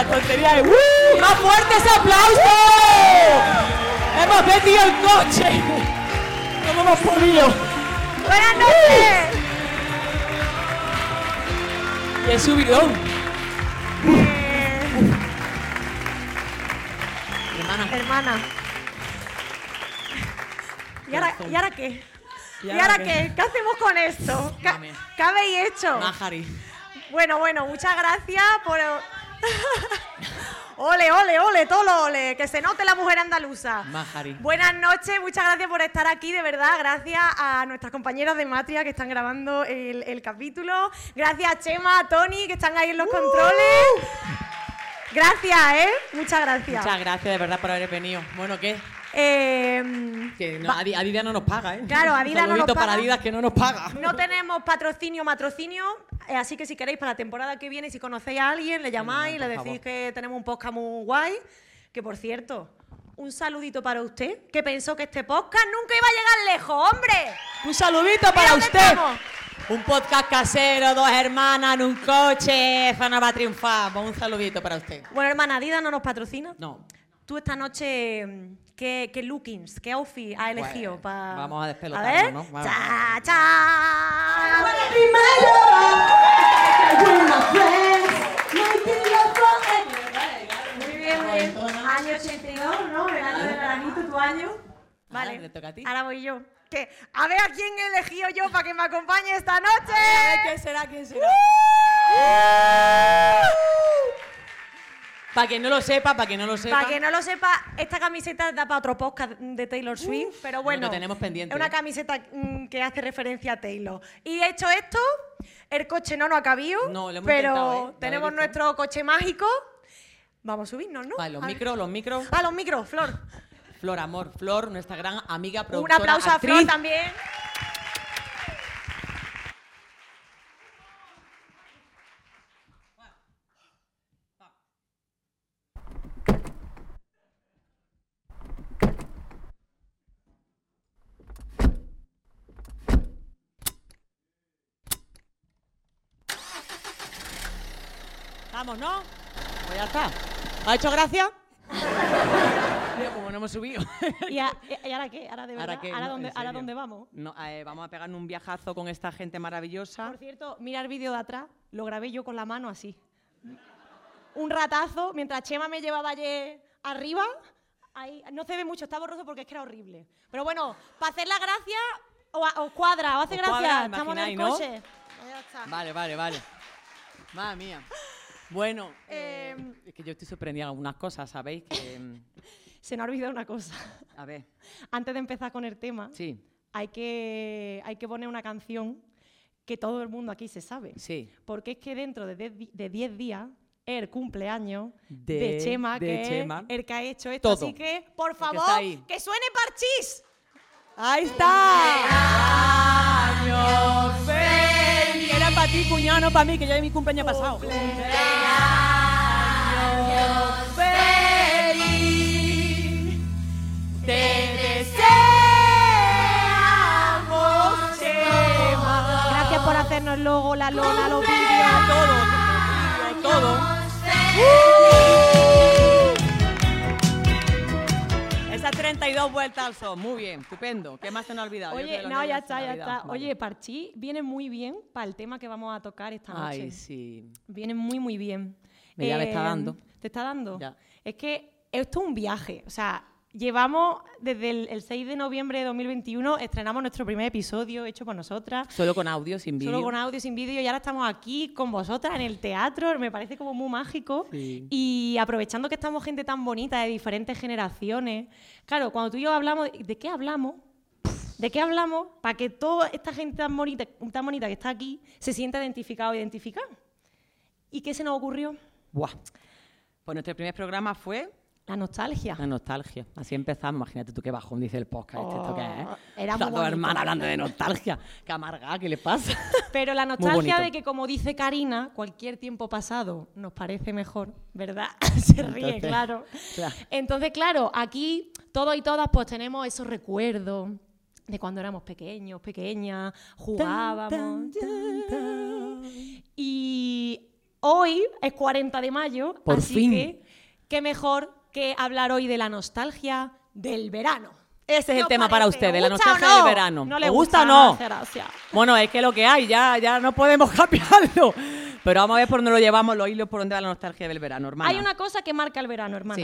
tontería de ¡más fuerte ese aplauso! ¡Hemos vendido el coche! ¿Cómo hemos podido? ¡Buenas noches! Y el subidón. Hermana. ¿Y ahora qué? ¿Y ahora qué? ¿Qué hacemos con esto? ¿Qué habéis hecho? Majari. Bueno, muchas gracias por... Ole, tolo ole, que se note la mujer andaluza. Majari. Buenas noches, muchas gracias por estar aquí, de verdad. Gracias a nuestras compañeras de Matria que están grabando el capítulo. Gracias a Chema, a Tony, que están ahí en los controles. Gracias, muchas gracias. Muchas gracias, de verdad, por haber venido. Bueno, ¿qué? Que no, Adidas no nos paga, ¿eh? Claro, Adidas no nos paga. Para Adidas que no nos paga. No tenemos patrocinio, así que si queréis para la temporada que viene, si conocéis a alguien, le llamáis, le decís que tenemos un podcast muy guay. Que por cierto, un saludito para usted, que pensó que este podcast nunca iba a llegar lejos, ¡hombre! Un saludito para usted. Un podcast casero, dos hermanas en un coche, eso no va a triunfar. Pues un saludito para usted. Bueno, hermana, ¿Adidas no nos patrocina? No. Tú esta noche, ¿qué lookings, qué outfit has elegido? Pues, vamos a despelotarnos, ver, ¿no? Vamos. ¡Cha, cha! Muy bien. Año 82, ¿no? El año del granito, tu año. Vale, ¿te toca a ti? Ahora voy yo. A ver a quién he elegido yo para que me acompañe esta noche. A ver, ¿quién será? Para quien no lo sepa. Para quien no lo sepa, esta camiseta da para otro podcast de Taylor Swift, pero bueno, lo tenemos pendiente. Es una camiseta que hace referencia a Taylor. Y hecho esto, el coche no nos ha cabido, pero tenemos nuestro coche mágico. Vamos a subirnos, ¿no? Vale, los micros. Ah, los micros, Flor. Flor, amor, Flor, nuestra gran amiga, Un productora, aplauso actriz. a Flor también. Vamos, ¿no? Pues ya está. ¿Ha hecho gracia? Tío, como no hemos subido. ¿Y ahora qué? ¿Ahora de verdad? ¿Ahora qué? ¿Ahora dónde vamos? No, vamos a pegarnos un viajazo con esta gente maravillosa. Por cierto, mira el vídeo de atrás, lo grabé yo con la mano así. Un ratazo, mientras Chema me llevaba ayer arriba. Ahí, no se ve mucho, está borroso porque es que era horrible. Pero bueno, para hacer la gracia, os cuadra, os hace gracia. Estamos en el coche. ¿No? Pues ya está. Vale. Madre mía. Bueno, es que yo estoy sorprendida en algunas cosas, ¿sabéis? Que, se nos ha olvidado una cosa. A ver. Antes de empezar con el tema, sí. hay que poner una canción que todo el mundo aquí se sabe. Sí. Porque es que dentro de 10 días es el cumpleaños de Chema, que es el que ha hecho esto. Todo. Así que, por favor, que suene Parchís. ¡Ahí está! ¡Cumpleaños feliz! Era para ti, cuñado, no para mí, que ya es mi cumpleaños pasado. ¡Cumpleaños feliz! ¡Te deseamos, Chema! Gracias por hacernos el logo, la lona, los vídeos. Todo. Esas 32 vueltas al sol, muy bien, estupendo. ¿Qué más se nos ha olvidado? Oye, ya está. Vale. Oye, Parchís viene muy bien para el tema que vamos a tocar esta noche. Ay, sí. Viene muy bien. Ya me está dando. ¿Te está dando? Ya. Es que esto es un viaje, o sea, llevamos desde el 6 de noviembre de 2021, estrenamos nuestro primer episodio hecho por nosotras. Solo con audio, sin vídeo. Solo con audio, sin vídeo, y ahora estamos aquí con vosotras en el teatro, me parece como muy mágico. Sí. Y aprovechando que estamos gente tan bonita de diferentes generaciones, claro, cuando tú y yo hablamos, ¿de qué hablamos? ¿De qué hablamos? Para que toda esta gente tan bonita que está aquí se sienta identificada o identificada. ¿Y qué se nos ocurrió? Buah. Pues nuestro primer programa fue... La nostalgia. La nostalgia. Así empezamos. Imagínate tú qué bajón dice el podcast. ¿Esto qué es? Era Las muy dos bonito. hermanas hablando de nostalgia. Qué amargada, ¿qué le pasa? Pero la nostalgia de que, como dice Karina, cualquier tiempo pasado nos parece mejor, ¿verdad? Se ríe, claro. Entonces, claro, aquí todos y todas pues tenemos esos recuerdos de cuando éramos pequeños, pequeñas, jugábamos. Y hoy es 40 de mayo, Por así fin. que qué mejor que hablar hoy de la nostalgia del verano. Ese es ¿Qué el os tema para parece? ustedes, la ¿Os gusta o nostalgia no? del verano. ¿No le ¿Os gusta o no? hace gracia? Bueno, es que lo que hay, ya no podemos cambiarlo. Pero vamos a ver por dónde lo llevamos, los hilos, por dónde va la nostalgia del verano, hermana. Hay una cosa que marca el verano, hermana.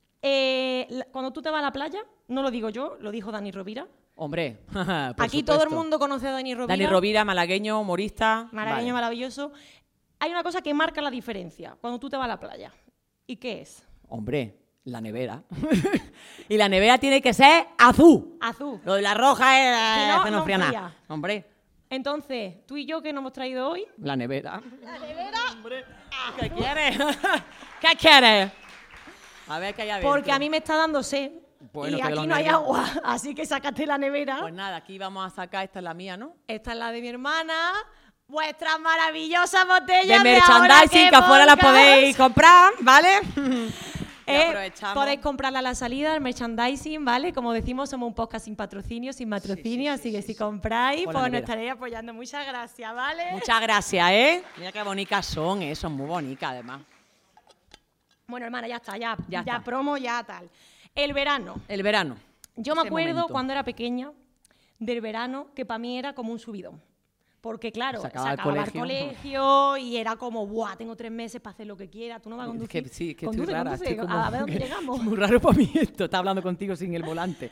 Sí. Cuando tú te vas a la playa, no lo digo yo, lo dijo Dani Rovira. Hombre, por Aquí todo el supuesto. mundo conoce a Dani Rovira. Dani Rovira, malagueño, humorista. Malagueño Vale. maravilloso. Hay una cosa que marca la diferencia cuando tú te vas a la playa. ¿Y qué es? Hombre, la nevera. Y la nevera tiene que ser azul. Azul. Lo de la roja es... Si no, que no no fría fría. nada. Hombre, Entonces, tú y yo, ¿qué nos hemos traído hoy? la nevera. ¿La nevera? Hombre, ¿qué quieres? ¿Qué quieres? A ver qué hay adentro. Porque a mí me está dando sed. Bueno, y que de aquí los no hay nervios. agua. Así que sácate la nevera. Pues nada, aquí vamos a sacar, esta es la mía, ¿no? Esta es la de mi hermana. Vuestras maravillosas botellas De de Ahora merchandising, que afuera la podcast. podéis comprar, ¿vale? Y Eh, aprovechamos. podéis comprarla a la salida, el merchandising, ¿vale? Como decimos, somos un podcast sin patrocinio, sin matrocinio, así que si compráis, Con la pues nos nevera. estaréis apoyando. Muchas gracias, ¿vale? Muchas gracias, ¿eh? Mira qué bonitas son, son muy bonitas además. Bueno, hermana, ya está, ya está. promo, ya tal. El verano. El verano. Yo me Ese acuerdo momento. cuando era pequeña del verano que para mí era como un subidón. Porque claro, Se se acababa el acababa el colegio. colegio y era como, ¡buah! Tengo 3 meses para hacer lo que quiera. Tú no vas a Es conducir. que sí, que Conduce, estoy rara. conduce. Estoy como- A ver dónde que- llegamos. Es muy raro para mí esto, estar hablando contigo sin el volante.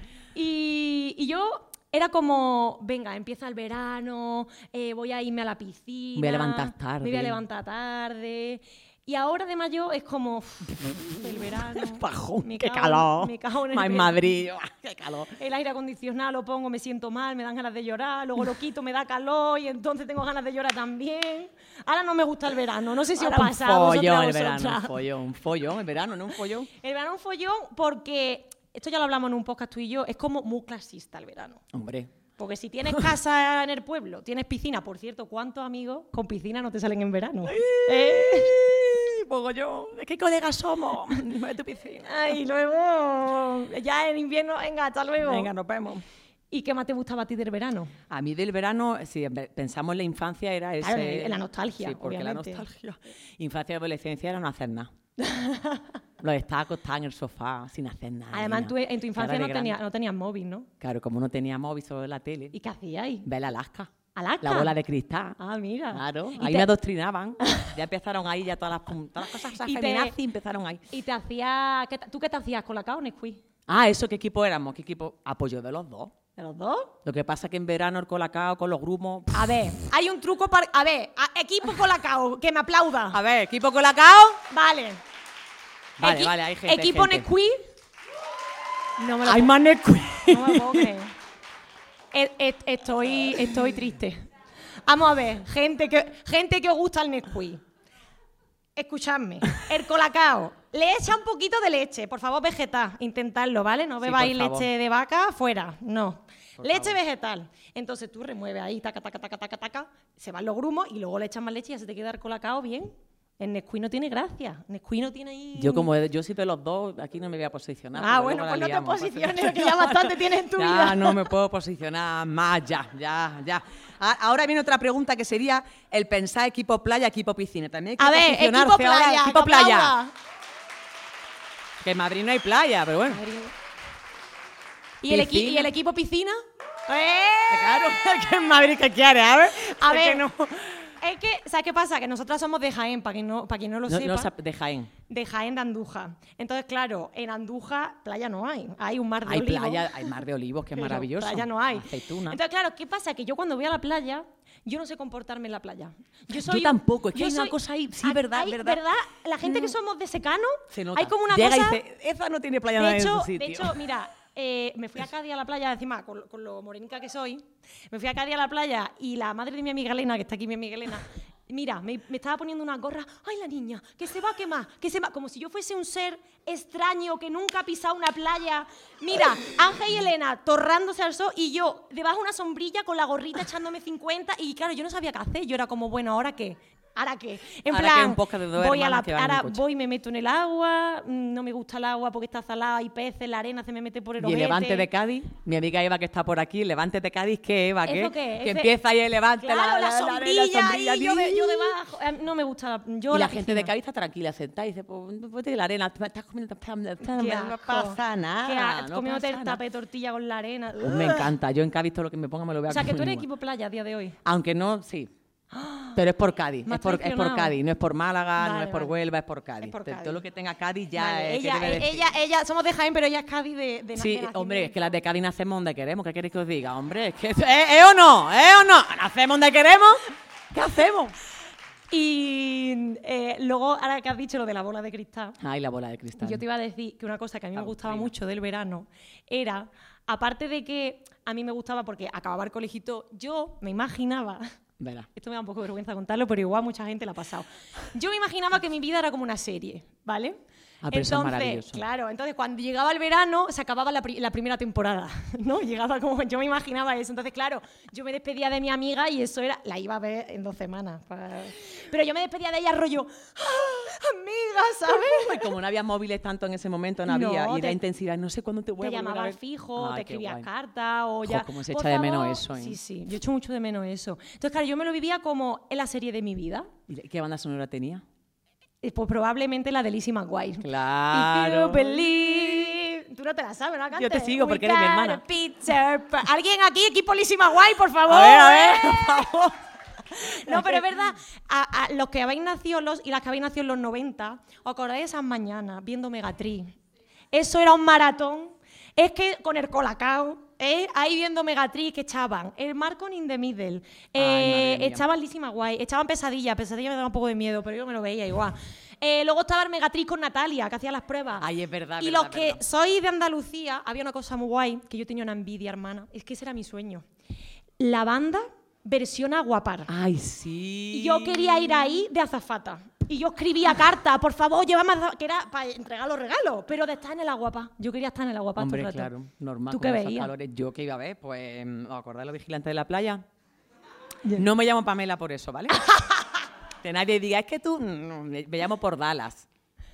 Y yo era como, venga, empieza el verano, voy a irme a la piscina. Voy a levantar tarde. Me voy a levantar tarde. Y ahora de mayo es como, el verano. Bajón, me qué cago- calor. Me cago en el Más en verano. Madrid, qué calor. El aire acondicionado lo pongo, me siento mal, me dan ganas de llorar, luego lo quito, me da calor y entonces tengo ganas de llorar también. Ahora no me gusta el verano, no sé si Ahora os pasa a un vosotras, follón a el verano, vosotras. un follón, el verano, ¿no? Un follón. El verano es un follón porque, esto ya lo hablamos en un podcast tú y yo, es como muy clasista el verano. Hombre, Porque si tienes casa en el pueblo, tienes piscina, por cierto, ¿cuántos amigos con piscina no te salen en verano? Pogollón, ¿qué colegas somos? De tu piscina. Y luego, ya en invierno, venga, hasta luego. Venga, nos vemos. ¿Y qué más te gustaba a ti del verano? A mí del verano, si pensamos en la infancia, era ese... Claro, en la nostalgia, Sí, porque obviamente. la nostalgia. Infancia y adolescencia era no hacer nada. Lo de estar acostada en el sofá sin hacer nada. Además, ni nada. en tu Y infancia ahora de grande- no tenías móvil, ¿no? Claro, como no tenía móvil, solo la tele. ¿Y qué hacíais? Ver la Alaska. ¿Alaska? La bola de cristal. Ah, mira. Claro, Y ahí te- me adoctrinaban. Ya empezaron ahí, ya todas las cosas esas Y te- feminazis empezaron ahí. Y te hacía... ¿Tú qué te hacías? ¿Colacao o Nesquik? Ah, ¿eso qué equipo éramos? ¿Qué equipo? Apoyo de los dos. ¿De los dos? Lo que pasa es que en verano el colacao con los grumos... A ver, hay un truco para... A ver, equipo Colacao, que me aplauda. A ver, ¿equipo colacao? Vale. Vale, vale, hay gente, Equipo gente. Nesquik. No me lo ¡Hay puedo- más Nesquik! no me lo puedo creer. Estoy triste. Vamos a ver, gente que os gusta el Nesquik. Escuchadme, el colacao, le echa un poquito de leche, por favor, vegetal, intentadlo, ¿vale? No Sí, bebáis por favor. leche de vaca, fuera, no. Por Leche favor. vegetal. Entonces tú remueves ahí, taca, taca, taca, taca, taca, se van los grumos y luego le echas más leche y ya se te queda el colacao bien. El Nesquik no tiene gracia, Nesquik no tiene ahí... Yo soy de los dos, aquí no me voy a posicionar. Ah, porque bueno, luego pues la no te liamos. posiciones, que ya bastante tienes en tu Ya vida. no me puedo posicionar más, ya. Ahora viene otra pregunta que sería el pensar equipo playa, equipo piscina. También hay que A ver, posicionarse equipo ahora, playa, equipo que playa. aplauda. Que en Madrid no hay playa, pero bueno. ¿Y el Piscina. equipo piscina? Claro, que en Madrid que quiere, a ver. A Es ver, que no, es que, ¿sabes qué pasa? Que nosotras somos de Jaén, para quien no lo sepa, de Jaén. de Jaén de Andújar. Entonces, claro, en Andújar playa no hay, hay un mar de Hay olivos. playa, hay mar de olivos, que es pero maravilloso. Playa no hay. Aceituna. Entonces, claro, ¿qué pasa? Que yo cuando voy a la playa, yo no sé comportarme en la playa. Yo tampoco, es que yo hay una cosa ahí, sí, verdad, hay, verdad. La gente que somos de secano, Se nota. hay como una Llega cosa... y dice, esa no tiene playa nada De en hecho, su sitio. mira, me fui a Cádiz a la playa, encima, con lo morenica que soy, me fui a Cádiz a la playa y la madre de mi amiga Elena, que está aquí mi amiga Elena, mira, me estaba poniendo una gorra, ¡ay, la niña! Que se va a quemar, como si yo fuese un ser extraño que nunca ha pisado una playa. Mira, Ángel y Elena torrándose al sol y yo debajo de una sombrilla con la gorrita echándome 50 y claro, yo no sabía qué hacer, yo era como, bueno, ¿ahora qué? ¿Ahora qué? En Ahora plan, que es un podcast de dos voy hermanas que van en ahora un coche. voy y me meto en el agua, no me gusta el agua porque está salada, hay peces, la arena se me mete por el Y el ojete. Levante de Cádiz, mi amiga Eva que está por aquí, Levante de Cádiz, ¿qué, Eva? ¿Qué? ¿Eso qué? Que Ese- empieza ahí el Levante, Claro, la sombrilla y y yo debajo. Yo no me gusta. Yo la la gente de piscina. Cádiz está tranquila, sentada y dice, pues ponte en la arena, estás comiendo, Qué no asco. pasa Qué nada, asco, no comiéndote pasa el nada. tape de tortilla con la arena. Pues me encanta, yo en Cádiz todo lo que me ponga me lo voy a O sea, que tú comer. eres equipo playa a día de hoy. Aunque no, sí. Pero es por Cádiz, Me es has por traicionado. Cádiz, no es por Málaga, no Vale, es por vale. Huelva, es por Cádiz. Es por Cádiz. Todo lo que tenga Cádiz ya Vale, es... ¿qué debe decir? ella, somos de Jaén, pero ella es Cádiz de Sí, nacimiento. hombre, es que las de Cádiz nacemos donde queremos. ¿Qué queréis que os diga? Hombre, es que ¿es o no? ¿Es o no? ¿Nacemos donde queremos? ¿Qué hacemos? Y luego, ahora que has dicho lo de la bola de cristal, Ay, la bola de cristal. yo te iba a decir que una cosa que a mí me Vamos, gustaba venga. mucho del verano era, aparte de que a mí me gustaba porque acababa el colegito, yo me imaginaba, Verá. esto me da un poco de vergüenza contarlo, pero igual mucha gente la ha pasado. Yo me imaginaba que mi vida era como una serie, ¿vale? Ah, pero eso es maravilloso. claro, entonces cuando llegaba el verano se acababa la primera temporada, ¿no? Llegaba como, yo me imaginaba eso. Entonces, claro, yo me despedía de mi amiga y eso era, la iba a ver en 2 semanas. Pero yo me despedía de ella rollo, ¡ah, amiga, ¿sabes? Y como no había móviles tanto en ese momento, no No, había. Y te- era intensidad, no sé cuándo te voy Te a volver a llamaba ver. al fijo, Ay, te qué escribías guay. cartas o Jo, ya. cómo se por echa de menos favor. eso, ¿eh? Sí, sí, yo echo mucho de menos eso. Entonces, claro, yo me lo vivía como en la serie de mi vida. ¿Y qué banda sonora tenía? Pues probablemente la de Lizzie McGuire. Claro. If you believe. Tú no te la sabes, ¿no? La Yo te cantes. sigo porque We eres mi got hermana. a Peter Pan. ¿Alguien aquí, equipo Lizzie McGuire, por favor? A ver, por favor. No, pero es verdad, a los que habéis nacido y las que habéis nacido en los 90, ¿os acordáis de esas mañanas viendo Megatriz? Eso era un maratón. Es que con el Colacao, ahí viendo Megatriz que echaban el Malcolm in the Middle, madre mía. echaban Lizzie McGuire, echaban Pesadilla me daba un poco de miedo, pero yo me lo veía igual. Luego estaba el Megatriz con Natalia, que hacía las pruebas. Ay, es verdad, Y verdad, los que verdad. sois de Andalucía, había una cosa muy guay, que yo tenía una envidia, hermana, es que ese era mi sueño. La banda versión Aguapar. Ay, sí. Y yo quería ir ahí de azafata. Y yo escribía cartas, por favor, llévame que era para entregar los regalos, pero de estar en el Aguapar. Yo quería estar en el Aguapar todo Hombre, el rato. claro, normal. ¿Tú con qué esos veías? calores. Yo que iba a ver, pues, ¿os acordáis de los vigilantes de la playa? No me llamo Pamela por eso, ¿vale? Que nadie diga, es que tú, no, me llamo por Dallas.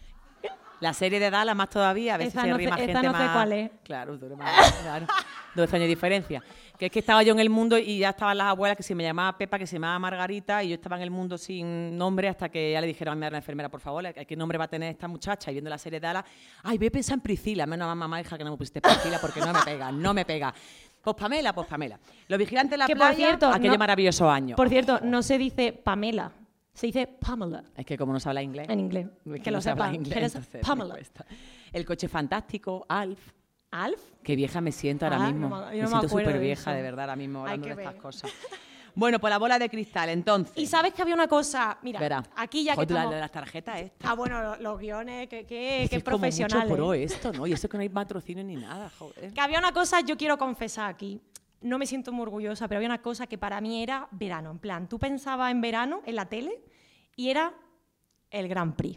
La serie de Dallas más todavía, a ver Esa si se no rima sé- gente esa no sé más... cuál es. Claro, claro. 12 años de diferencia. Que es que estaba yo en el mundo y ya estaban las abuelas que se me llamaba Pepa, que se llamaba Margarita, y yo estaba en el mundo sin nombre hasta que ya le dijeron a la enfermera, por favor, ¿qué nombre va a tener esta muchacha? Y viendo la serie de Dallas, ay, voy a pensar en Priscila, menos mamá hija que no me pusiste Priscila porque no me pega, no me pega. Pues Pamela, pues Pamela. Los vigilantes de la Que, por playa, cierto, aquello no- maravilloso año. Por cierto, no se dice Pamela, se dice Pamela Es que como no se habla inglés. en inglés. es Que no lo se habla sepan. inglés, Pero es entonces me Pamela. cuesta. El coche fantástico, Alf. ¿Alf? Qué vieja me siento ahora Ah, mismo. no me- yo no me me siento acuerdo súper de vieja, eso. de verdad, ahora mismo Hay hablando que de estas ver. cosas. Bueno, pues la bola de cristal, entonces. Y sabes que había una cosa, mira, Verá. aquí ya que Joder, la estamos... de las tarjetas esta. Ah, bueno, los guiones, que Es como profesionales. mucho pro esto, ¿no? Y eso que no hay patrocinio ni nada, joder. Que había una cosa, yo quiero confesar aquí. No me siento muy orgullosa, pero había una cosa que para mí era verano. En plan, tú pensabas en verano en la tele y era el Grand Prix.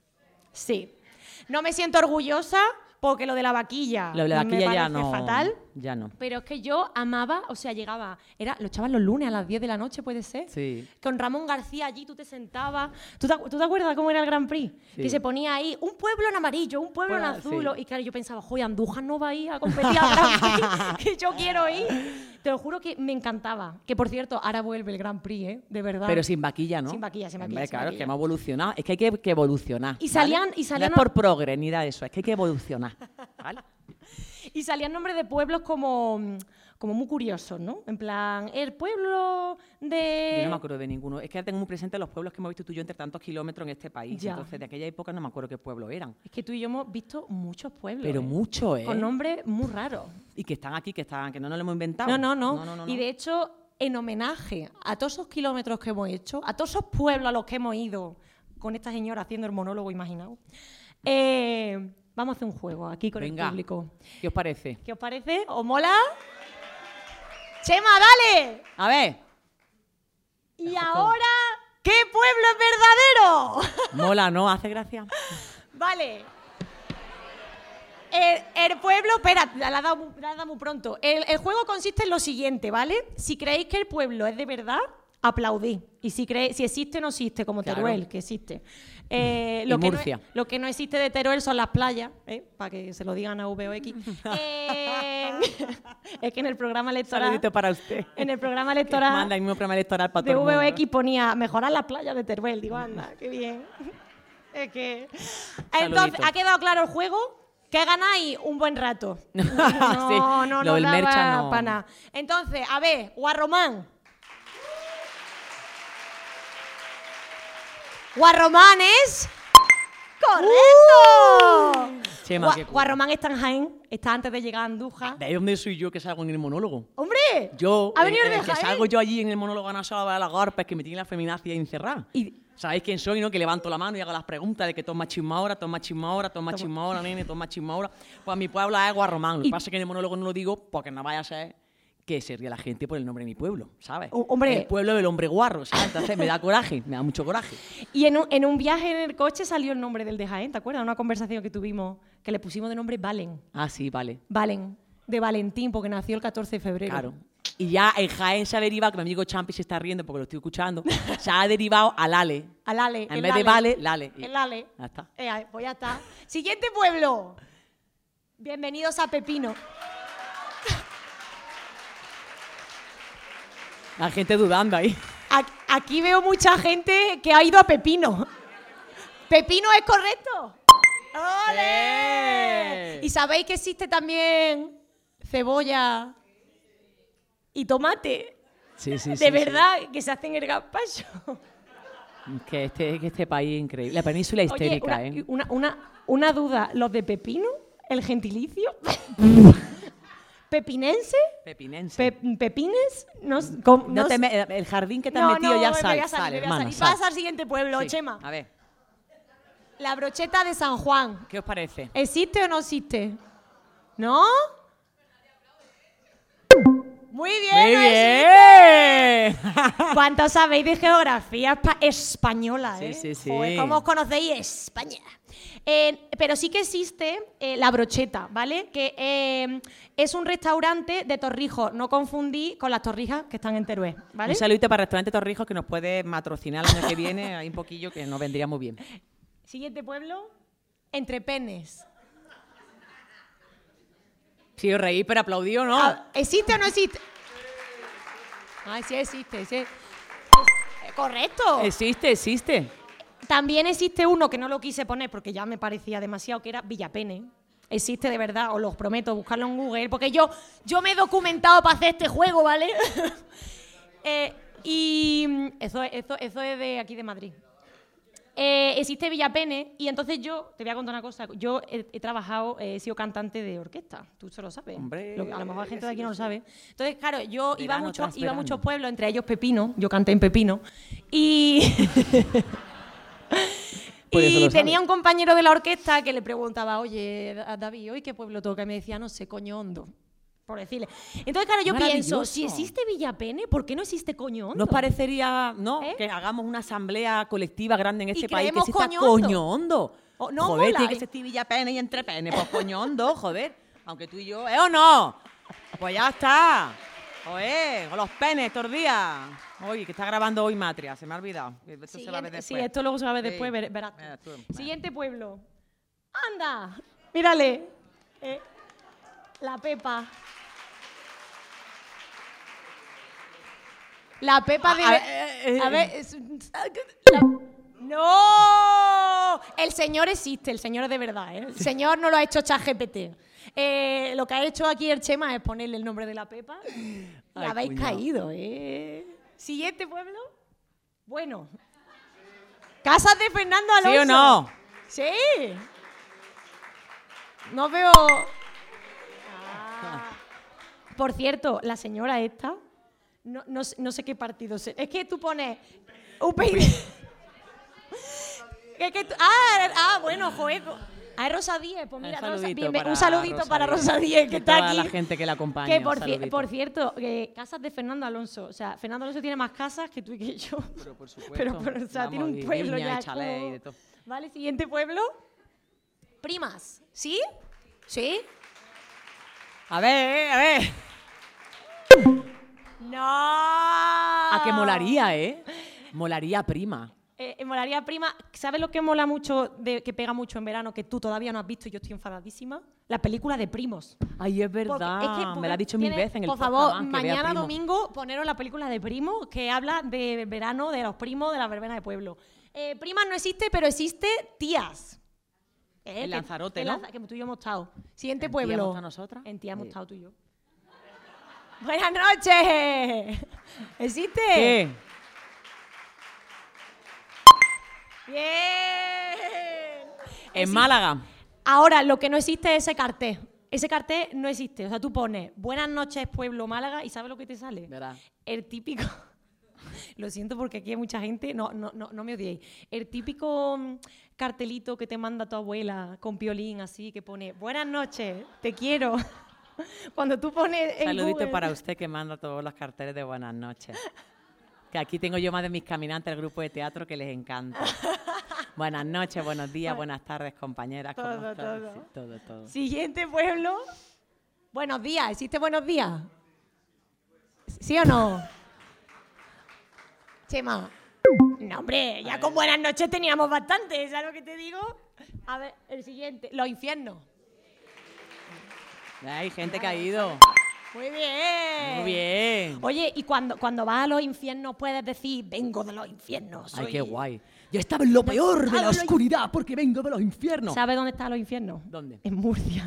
Sí. No me siento orgullosa porque lo de la vaquilla, Lo de la me vaquilla ya parece no. fatal. Ya no. Pero es que yo amaba, o sea, llegaba, lo echaban los lunes a las 10 de la noche, ¿puede ser? Sí. Con Ramón García allí, tú te sentabas. ¿Tú te acuerdas cómo era el Grand Prix? Sí. Que se ponía ahí, un pueblo en amarillo, un pueblo en Bueno, azul. sí. Y claro, yo pensaba, joder, Andújar no va a ir a competir al Grand Prix, que yo quiero ir. Te lo juro que me encantaba. Que, por cierto, ahora vuelve el Grand Prix, ¿eh? De verdad. Pero sin vaquilla, ¿no? Sin vaquilla, sin vaquilla, Hombre, sin claro, es vaquilla. que hemos evolucionado. Es que hay que evolucionar. Y ¿vale? salían- No es por progre ni nada de eso, es que hay que evolucionar. ¿Vale? Y salían nombres de pueblos como muy curiosos, ¿no? En plan, el pueblo de... Yo no me acuerdo de ninguno. Es que ya tengo muy presente los pueblos que hemos visto tú y yo entre tantos kilómetros en este país. Ya. Entonces, de aquella época no me acuerdo qué pueblos eran. Es que tú y yo hemos visto muchos pueblos. Pero mucho, ¿eh? Con nombres muy raros. Y que están aquí, que no nos lo hemos inventado. No. Y de hecho, en homenaje a todos esos kilómetros que hemos hecho, a todos esos pueblos a los que hemos ido con esta señora haciendo el monólogo imaginado, vamos a hacer un juego aquí con Venga. el público. ¿Qué os parece? ¿Qué os parece? ¿Os mola? ¡Chema, dale! A ver. Y ahora, ¿qué pueblo es verdadero? Mola, ¿no? ¿Hace gracia? Vale. El pueblo, espera, la has dado muy pronto. El juego consiste en lo siguiente, ¿vale? Si creéis que el pueblo es de verdad, aplaudí. Y si existe o no existe, como Claro. Teruel, que existe. Y Murcia. Lo que no existe de Teruel son las playas, para que se lo digan a VOX. Es que en el programa electoral... Saludito para usted. En el programa Que electoral manda el mismo programa electoral para de todo el mundo. VOX ponía mejorar las playas de Teruel. Digo, anda, qué bien. Es que... Entonces, Saludito. ¿ha quedado claro el juego? ¿Qué ganáis? Un buen rato. Sí, No lo del daba mercha no. para nada. Entonces, a ver, Guarromán. Guarromán es... ¡Correcto! Chema, qué cool. Guarromán está en Jaén, está antes de llegar a Andújar. ¿De ahí dónde soy yo que salgo en el monólogo? ¡Hombre! Yo, ¿Ha venido de que Jaén? salgo yo allí en el monólogo a Sala de las Garpas, que me tiene la feminacia encerrada. Y- ¿Sabéis quién soy, no? Que levanto la mano y hago las preguntas de que toma chisma ahora, toma chisma ahora, toma chisma ahora, nene, toma chisma ahora. Pues mi pueblo es Guarromán. Lo que pasa es que en el monólogo no lo digo porque no vaya a ser que se ría la gente por el nombre de mi pueblo, ¿sabes? Hombre. El pueblo del hombre guarro, ¿sabes? Entonces me da coraje, me da mucho coraje. Y en un viaje en el coche salió el nombre del de Jaén, ¿te acuerdas? Una conversación que tuvimos, que le pusimos de nombre Valen. Ah, sí, vale. Valen, de Valentín, porque nació el 14 de febrero. Claro. Y ya en Jaén se ha derivado, que mi amigo Champi se está riendo porque lo estoy escuchando, se ha derivado al Ale. Al Ale. En el vez de Lale. vale, Lale. El Ale. Ya está. Pues ya está. Siguiente pueblo. Bienvenidos a Pepino. La gente dudando ahí. Aquí veo mucha gente que ha ido a Pepino. ¿Pepino es correcto? ¡Ole! ¿Y sabéis que existe también cebolla y tomate? Sí, sí, sí. De verdad, que se hacen el gazpacho. Que este país es increíble. La península histérica, Oye, ¿eh? una duda. ¿Los de Pepino? ¿El gentilicio? ¿Pepinense? Pepinense. ¿Pepines? No, No te el jardín que te has metido ya sale, hermano. Pasa al siguiente pueblo, Sí. Chema. A ver, La brocheta de San Juan. ¿qué os parece? ¿Existe o no existe? ¿No? Muy bien, ¡Muy no bien! existe. ¿Cuántos sabéis de geografía española? Sí, sí, sí. Joder, ¿cómo os conocéis España? Pero sí que existe la brocheta, ¿vale? Que es un restaurante de Torrijos. No confundí con las torrijas que están en Teruel, ¿vale? Un saludito para el restaurante Torrijos que nos puede patrocinar el año que viene. Hay un poquillo que nos vendría muy bien. Siguiente pueblo, Entrepenes. Si os reí, pero aplaudí o no. ¿Existe o no existe? Ay, sí existe. Sí. Correcto. Existe. También existe uno que no lo quise poner porque ya me parecía demasiado, que era Villapene. Existe de verdad, os lo prometo, buscarlo en Google, porque yo me he documentado para hacer este juego, ¿vale? Y eso es de aquí de Madrid. Existe Villapene y entonces yo, te voy a contar una cosa, yo he trabajado, he sido cantante de orquesta, tú se lo sabes. Hombre, A lo mejor la gente de aquí no lo sabe. Entonces, claro, yo iba Verano tras a verano. muchos pueblos, entre ellos Pepino, yo canté en Pepino, y... Por eso Y lo tenía sabe. un compañero de la orquesta que le preguntaba, oye, David, ¿hoy qué pueblo toca? Y me decía, no sé, Coño Hondo, por decirle. Entonces, claro, yo pienso, Maravilloso. si existe Villapene, ¿por qué no existe Coño Hondo? ¿Nos parecería, no, ¿Eh? que hagamos una asamblea colectiva grande en este país que creemos exista Coño Hondo. Coño Hondo? Oh, no joder, mola, tiene que existir Villapene y Entrepene, pues Coño Hondo, joder. Aunque tú y yo, ¿eh o no? Pues ya está. Joder, con los penes todos los días. Oye, que está grabando hoy Matria, se me ha olvidado. Esto se va a ver después. Sí, esto luego se va a ver Sí. después, verás tú. Mira tú. Siguiente pueblo. ¡Anda! Mírale. La Pepa. La Pepa de... A ver, ¡No! El señor existe, el señor es de verdad, ¿eh? El señor no lo ha hecho ChatGPT. Lo que ha hecho aquí el Chema es ponerle el nombre de la Pepa. Ay, Habéis cuñao. caído, ¿eh? Siguiente pueblo. Bueno. Casas de Fernando Alonso. ¿Sí o no? Sí. No veo... Por cierto, la señora esta, no sé qué partido es. Es que tú pones UPyD. Bueno, joder. Es Rosa Díez. Pues mira, un saludito para Rosa Díez, que está toda aquí. la gente que la acompaña. Que un saludito. por cierto, casas de Fernando Alonso. O sea, Fernando Alonso tiene más casas que tú y que yo. Pero por supuesto. Pero, o sea, tiene Vamos, un y pueblo viña, ya. y chalet y como- de todo. Vale, siguiente pueblo. Primas. ¿Sí? ¿Sí? A ver. No. que molaría, ¿eh? Molaría prima. Molaría prima. ¿Sabes lo que mola mucho, que pega mucho en verano, que tú todavía no has visto y yo estoy enfadadísima? La película de Primos. Ay, es verdad. Me la ha dicho mil veces en el Por podcast. favor, Que vea mañana Primo. domingo poneros la película de Primos, que habla de verano, de los primos, de la verbena de pueblo. Primas no existe, pero existe tías. En Lanzarote, ¿no? Que tú y yo hemos estado. Siguiente ¿En pueblo. Tía hemos estado nosotras? En Tía hemos Sí. estado tú y yo. ¡Buenas noches! ¿Existe? ¿Qué? ¡Bien! En Málaga. Ahora, lo que no existe es ese cartel. Ese cartel no existe. O sea, tú pones Buenas noches, pueblo Málaga, y ¿sabes lo que te sale? Verá. El típico... Lo siento porque aquí hay mucha gente, no me odiéis. El típico cartelito que te manda tu abuela con piolín así, que pone Buenas noches, te quiero. Cuando tú pones en Saludito Google... para usted que manda todos los carteles de buenas noches. Que aquí tengo yo más de mis caminantes, el grupo de teatro que les encanta. Buenas noches, buenos días, buenas tardes, compañeras. ¿Cómo Todo, están? todo. Sí, todo. Siguiente pueblo. Buenos días. ¿Existe buenos días? ¿Sí o no? Chema. No, hombre, ya con buenas noches teníamos bastante, ¿sabes lo que te digo? A ver, el siguiente. Los infiernos. Hay gente que ha ido. Muy bien. Muy bien. Oye, y cuando vas a los infiernos puedes decir, vengo de los infiernos. Ay, soy-". qué guay. Yo estaba en lo peor de la oscuridad porque vengo de los infiernos. ¿Sabes dónde están los infiernos? ¿Dónde? En Murcia.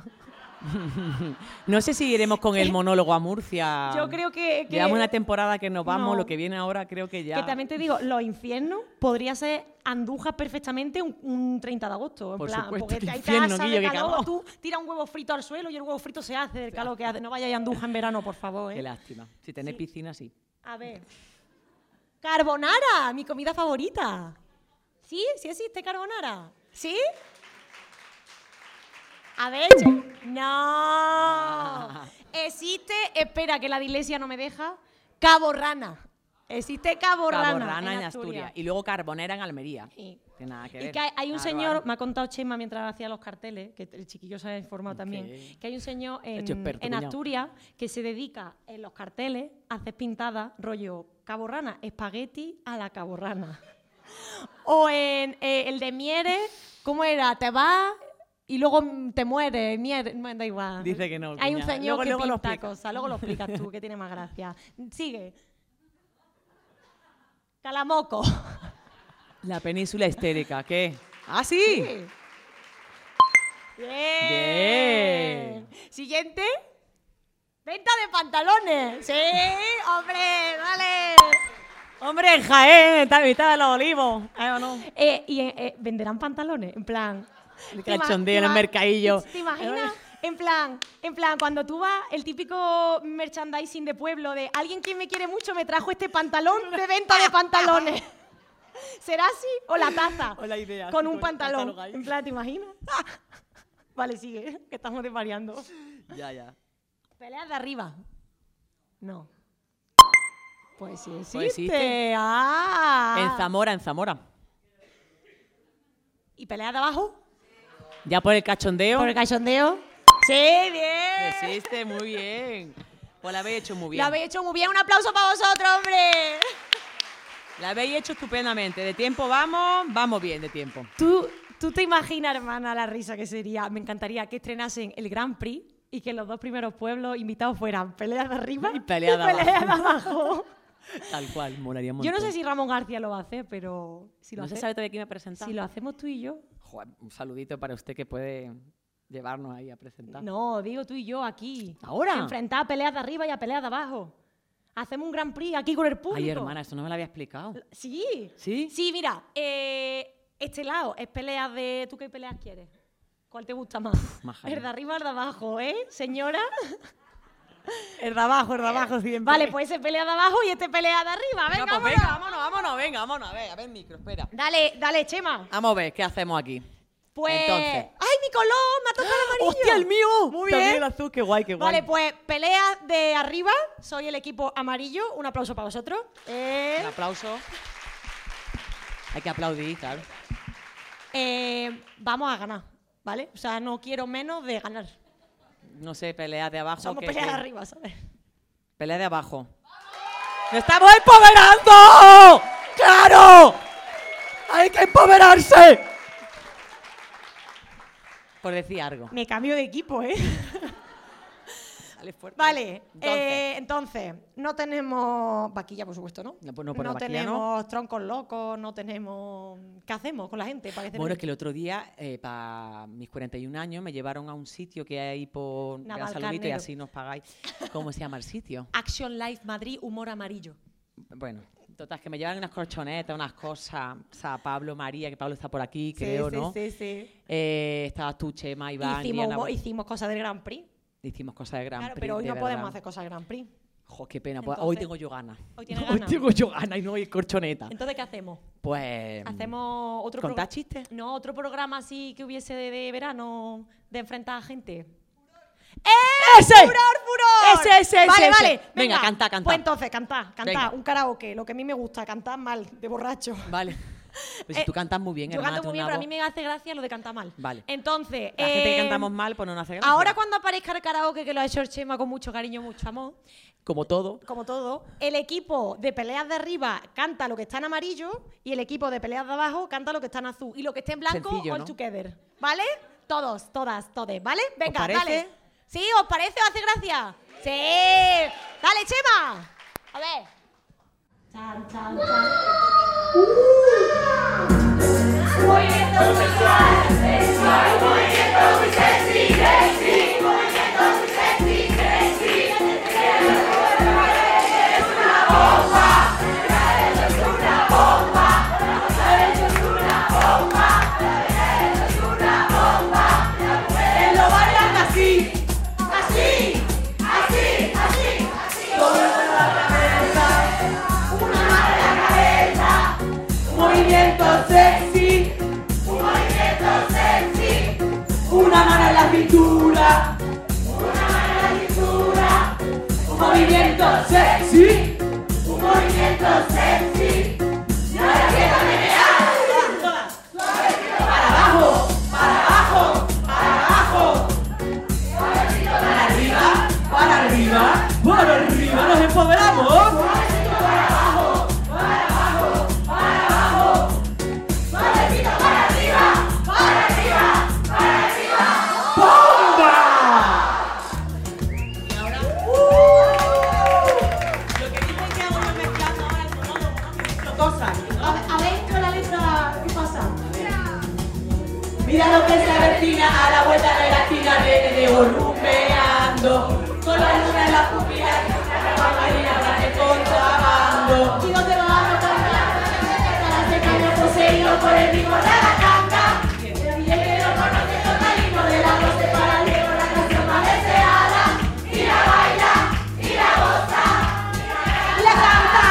No sé si iremos con el monólogo a Murcia. Yo creo que Llevamos una temporada que nos vamos, No. lo que viene ahora creo que ya... Que también te digo, los infiernos podría ser Andújar perfectamente un 30 de agosto. En Por plan, supuesto, porque qué hay infierno, tasas Guillo, de qué calor, calor. tú tiras un huevo frito al suelo y el huevo frito se hace del calor que hace. No vayáis a Andújar en verano, por favor. Qué lástima. Si tenéis piscina, sí. A ver. Carbonara, mi comida favorita. ¿Sí? ¿Sí existe carbonara? ¿Sí? A ver, no. Existe, espera que la dislexia no me deja, caborrana. Existe caborrana, Caborrana en Asturias. Y luego Carbonera en Almería. Sí. Tiene nada que Y ver. que hay un Claro, señor, claro. me ha contado Chema mientras hacía los carteles, que el chiquillo se ha informado también, que hay un señor Hecho experto, en cuñado. Asturias que se dedica en los carteles a hacer pintadas rollo caborrana, espagueti a la caborrana. O en el de Mieres, ¿cómo era? Te vas y luego te mueres, Mieres, no, da igual. Dice que no, Hay un cuñada. señor Luego que lo pinta explica. cosas, luego lo explicas tú, que tiene más gracia. Sigue. Calamoco. La península histérica, ¿qué? ¿Ah, sí? Bien. Siguiente. Venta de pantalones. Sí, hombre, vale. Hombre, en Jaén, está en mitad de los olivos. ¿O no? Venderán pantalones, en plan. El ¿te ima- cachondeo en te el ima- mercadillo. ¿Te imaginas? En plan, cuando tú vas, el típico merchandising de pueblo de alguien que me quiere mucho me trajo este pantalón de venta de pantalones. ¿Será así? O la taza. O la idea, Con sí, un con el pantalón. pantalón ahí. En plan, ¿te imaginas? Vale, sigue, que estamos desvariando. Ya. Peleas de arriba. No. Pues sí existe. Pues existe. Ah. En Zamora. ¿Y peleas de abajo? Ya por el cachondeo. ¿Por el cachondeo? Sí, bien. Existe, muy bien. Pues la habéis hecho muy bien. Lo habéis hecho muy bien. Un aplauso para vosotros, hombre. La habéis hecho estupendamente. De tiempo vamos bien de tiempo. ¿Tú te imaginas, hermana, la risa que sería? Me encantaría que estrenasen el Grand Prix y que los dos primeros pueblos invitados fueran peleas de arriba Y pelea de peleas de abajo. Tal cual, molaría un Yo no montón. sé si Ramón García lo va a hacer, pero si lo, No se hace- sabe todavía quién me presenta. si lo hacemos tú y yo. Joder, un saludito para usted que puede llevarnos ahí a presentar. No, digo tú y yo aquí. ¿Ahora? Enfrentar a peleas de arriba y a peleas de abajo. Hacemos un Grand Prix aquí con el público. Ay, hermana, eso no me lo había explicado. Sí. ¿Sí? Sí, mira, este lado es peleas de... ¿Tú qué peleas quieres? ¿Cuál te gusta más? Majayo. El de arriba o el de abajo, ¿eh, señora? El de abajo siempre. Vale, pues ese pelea de abajo y este pelea de arriba. Venga, Venga, pues vámonos. venga, vámonos. A ver el micro, espera. Dale, Chema. Vamos a ver, ¿qué hacemos aquí? Pues... Entonces. ¡Ay, mi color! ¡Me ha tocado el amarillo! ¡Hostia, el mío! Muy También bien. el azul, qué guay, qué guay. Vale, pues pelea de arriba. Soy el equipo amarillo. Un aplauso para vosotros. Un aplauso. Hay que aplaudir, claro. Vamos a ganar, ¿vale? O sea, no quiero menos de ganar. No sé, pelea de abajo. Somos ¿qué- peleas de qué? arriba, ¿sabes? Pelea de abajo. ¡Nos estamos empoderando! ¡Claro! ¡Hay que empoderarse! Por decir algo. Me cambio de equipo, ¿eh? Dale fuerte. Vale, entonces, no tenemos vaquilla, por supuesto, ¿no? No, pues no, por la vaquilla tenemos troncos locos, no tenemos... ¿Qué hacemos con la gente? Bueno, es que el otro día, para mis 41 años, me llevaron a un sitio que hay por Saludito y así nos pagáis. ¿Cómo se llama el sitio? Action Life Madrid, humor amarillo. Bueno, total, que me llevan unas colchonetas, unas cosas. O sea, Pablo, María, que Pablo está por aquí, creo, ¿no? Sí. Estabas tú, Chema, Iván, hicimos cosas del Grand Prix. Hicimos cosas de Grand Prix. Pero hoy no verdad. podemos hacer cosas de Grand Prix. Jo, qué pena. Entonces, hoy tengo yo ganas. Hoy tengo yo ganas y no hay colchoneta. Entonces, ¿qué hacemos? Pues... ¿Hacemos otro ¿Contar chistes? No, otro programa así que hubiese de verano, de enfrentar a gente. ¡Ese! ¡Furor! ¡Ese! Vale. Venga, canta. Pues entonces, cantá. Venga. Un karaoke, lo que a mí me gusta, cantar mal, de borracho. Vale. Pues si tú cantas muy bien, yo hermana, canto muy bien, pero a mí me hace gracia lo de cantar mal. Vale. Entonces, la gente que cantamos mal, pues no nos hace gracia. Ahora cuando aparezca el karaoke, que lo ha hecho el Chema con mucho cariño, mucho amor, como todo, el equipo de peleas de arriba canta lo que está en amarillo y el equipo de peleas de abajo canta lo que está en azul. Y lo que esté en blanco, sencillo, all ¿no? together. ¿Vale? Todos, todas, todes, ¿vale? Venga, parece? dale. ¿Sí? ¿Os parece? ¿Os hace gracia? ¡Sí! ¡Dale, Chema! A ver. Chan, chan, chan. Movimiento sexual, movimiento muy sexy, movimiento muy sexy, eres una bomba, eres una bomba, eres una bomba, eres una bomba, las mujeres lo bailan así, todo el mundo a la cabeza, una mano en la cabeza, movimiento sexy, una mano en la cintura, un movimiento sexy, y ahora quiero menear, para abajo, suavecito para arriba, nos empoderamos, suavecito para abajo, suavecito para arriba, ¡bomba! Y ahora, lo que dicen que hago yo mezclando ahora es monólogo, cosas. ¿Habéis hecho la letra? ¿Qué pasa? Mira lo que se avecina a la vuelta de la esquina, viene de rumbeando, con la luna en la pupila, la marina va de contrabando. ¿Y dónde vamos con la secaña poseído por el ritmo de la canga? Y el que lo conoce toca el himno de la voz de para Diego, la canción más deseada. Y la baila, y la goza, y la canta.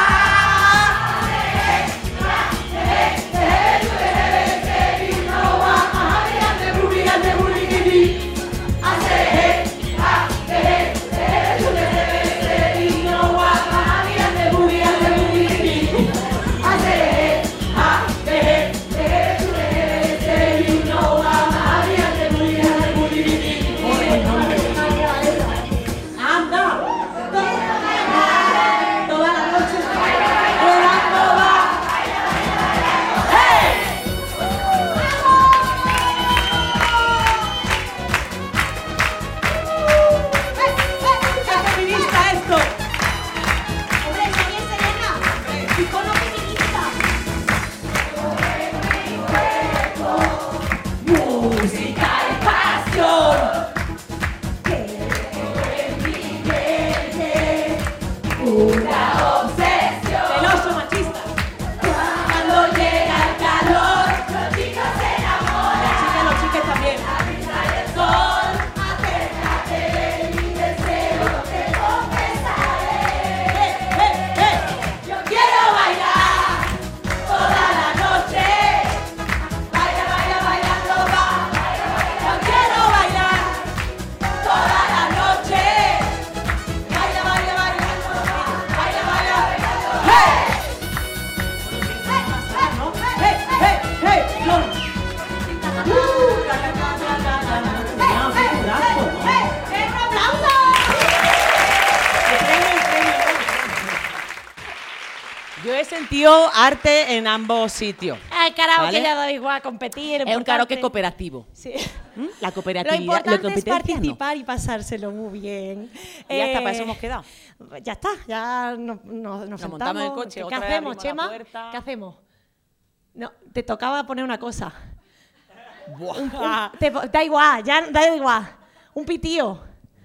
arte en ambos sitios. El karaoke ¿Vale? ya da igual, competir. Es un importante. karaoke cooperativo. Sí. La Lo cooperatividad. importante es competencia, no. participar y pasárselo muy bien. Y ya está, para eso hemos quedado. Ya está, ya nos sentamos. montamos en el coche, ¿Qué otra vez hacemos, abrimos la Chema? puerta. ¿Qué hacemos? No, te tocaba poner una cosa. Buah. Da igual, ya da igual. Un pitío.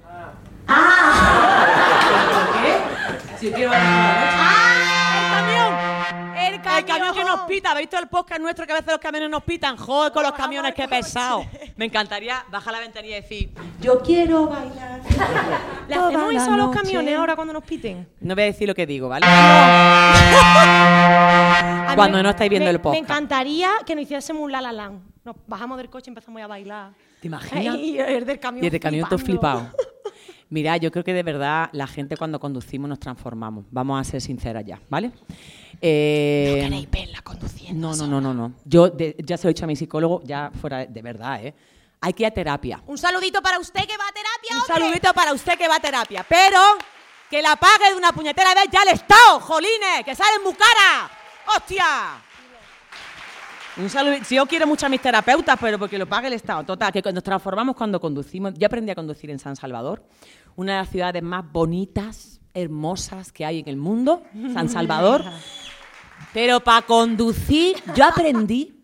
Si quiero ¡Ah! ¡El camión! El camión que nos pita. ¿Habéis visto el podcast nuestro que a veces los camiones nos pitan? Joder, con los camiones, qué pesado. Me encantaría bajar la ventanilla y decir, yo quiero bailar. ¿Le hacemos eso a los camiones ahora cuando nos piten? No voy a decir lo que digo, ¿vale? A mí Cuando no estáis viendo me- el podcast. Me encantaría que nos hiciésemos un la la land. Nos bajamos del coche y empezamos a bailar. ¿Te imaginas? Y el del camión Y el camión todo flipando. flipado. Mira, yo creo que de verdad la gente cuando conducimos nos transformamos. Vamos a ser sinceras ya, ¿vale? ¿No queréis verla conduciendo? No. Yo ya se lo he dicho a mi psicólogo, ya fuera de verdad, ¿eh? Hay que ir a terapia. Un saludito para usted que va a terapia, Un hombre. saludito para usted que va a terapia, pero que la pague de una puñetera vez ya el Estado, jolines, que salen muy cara. ¡Hostia! Un saludo. Si yo quiero mucho a mis terapeutas, pero porque lo pague el Estado. Total, que nos transformamos cuando conducimos. Yo aprendí a conducir en San Salvador, una de las ciudades más bonitas, hermosas que hay en el mundo, San Salvador. Pero para conducir, yo aprendí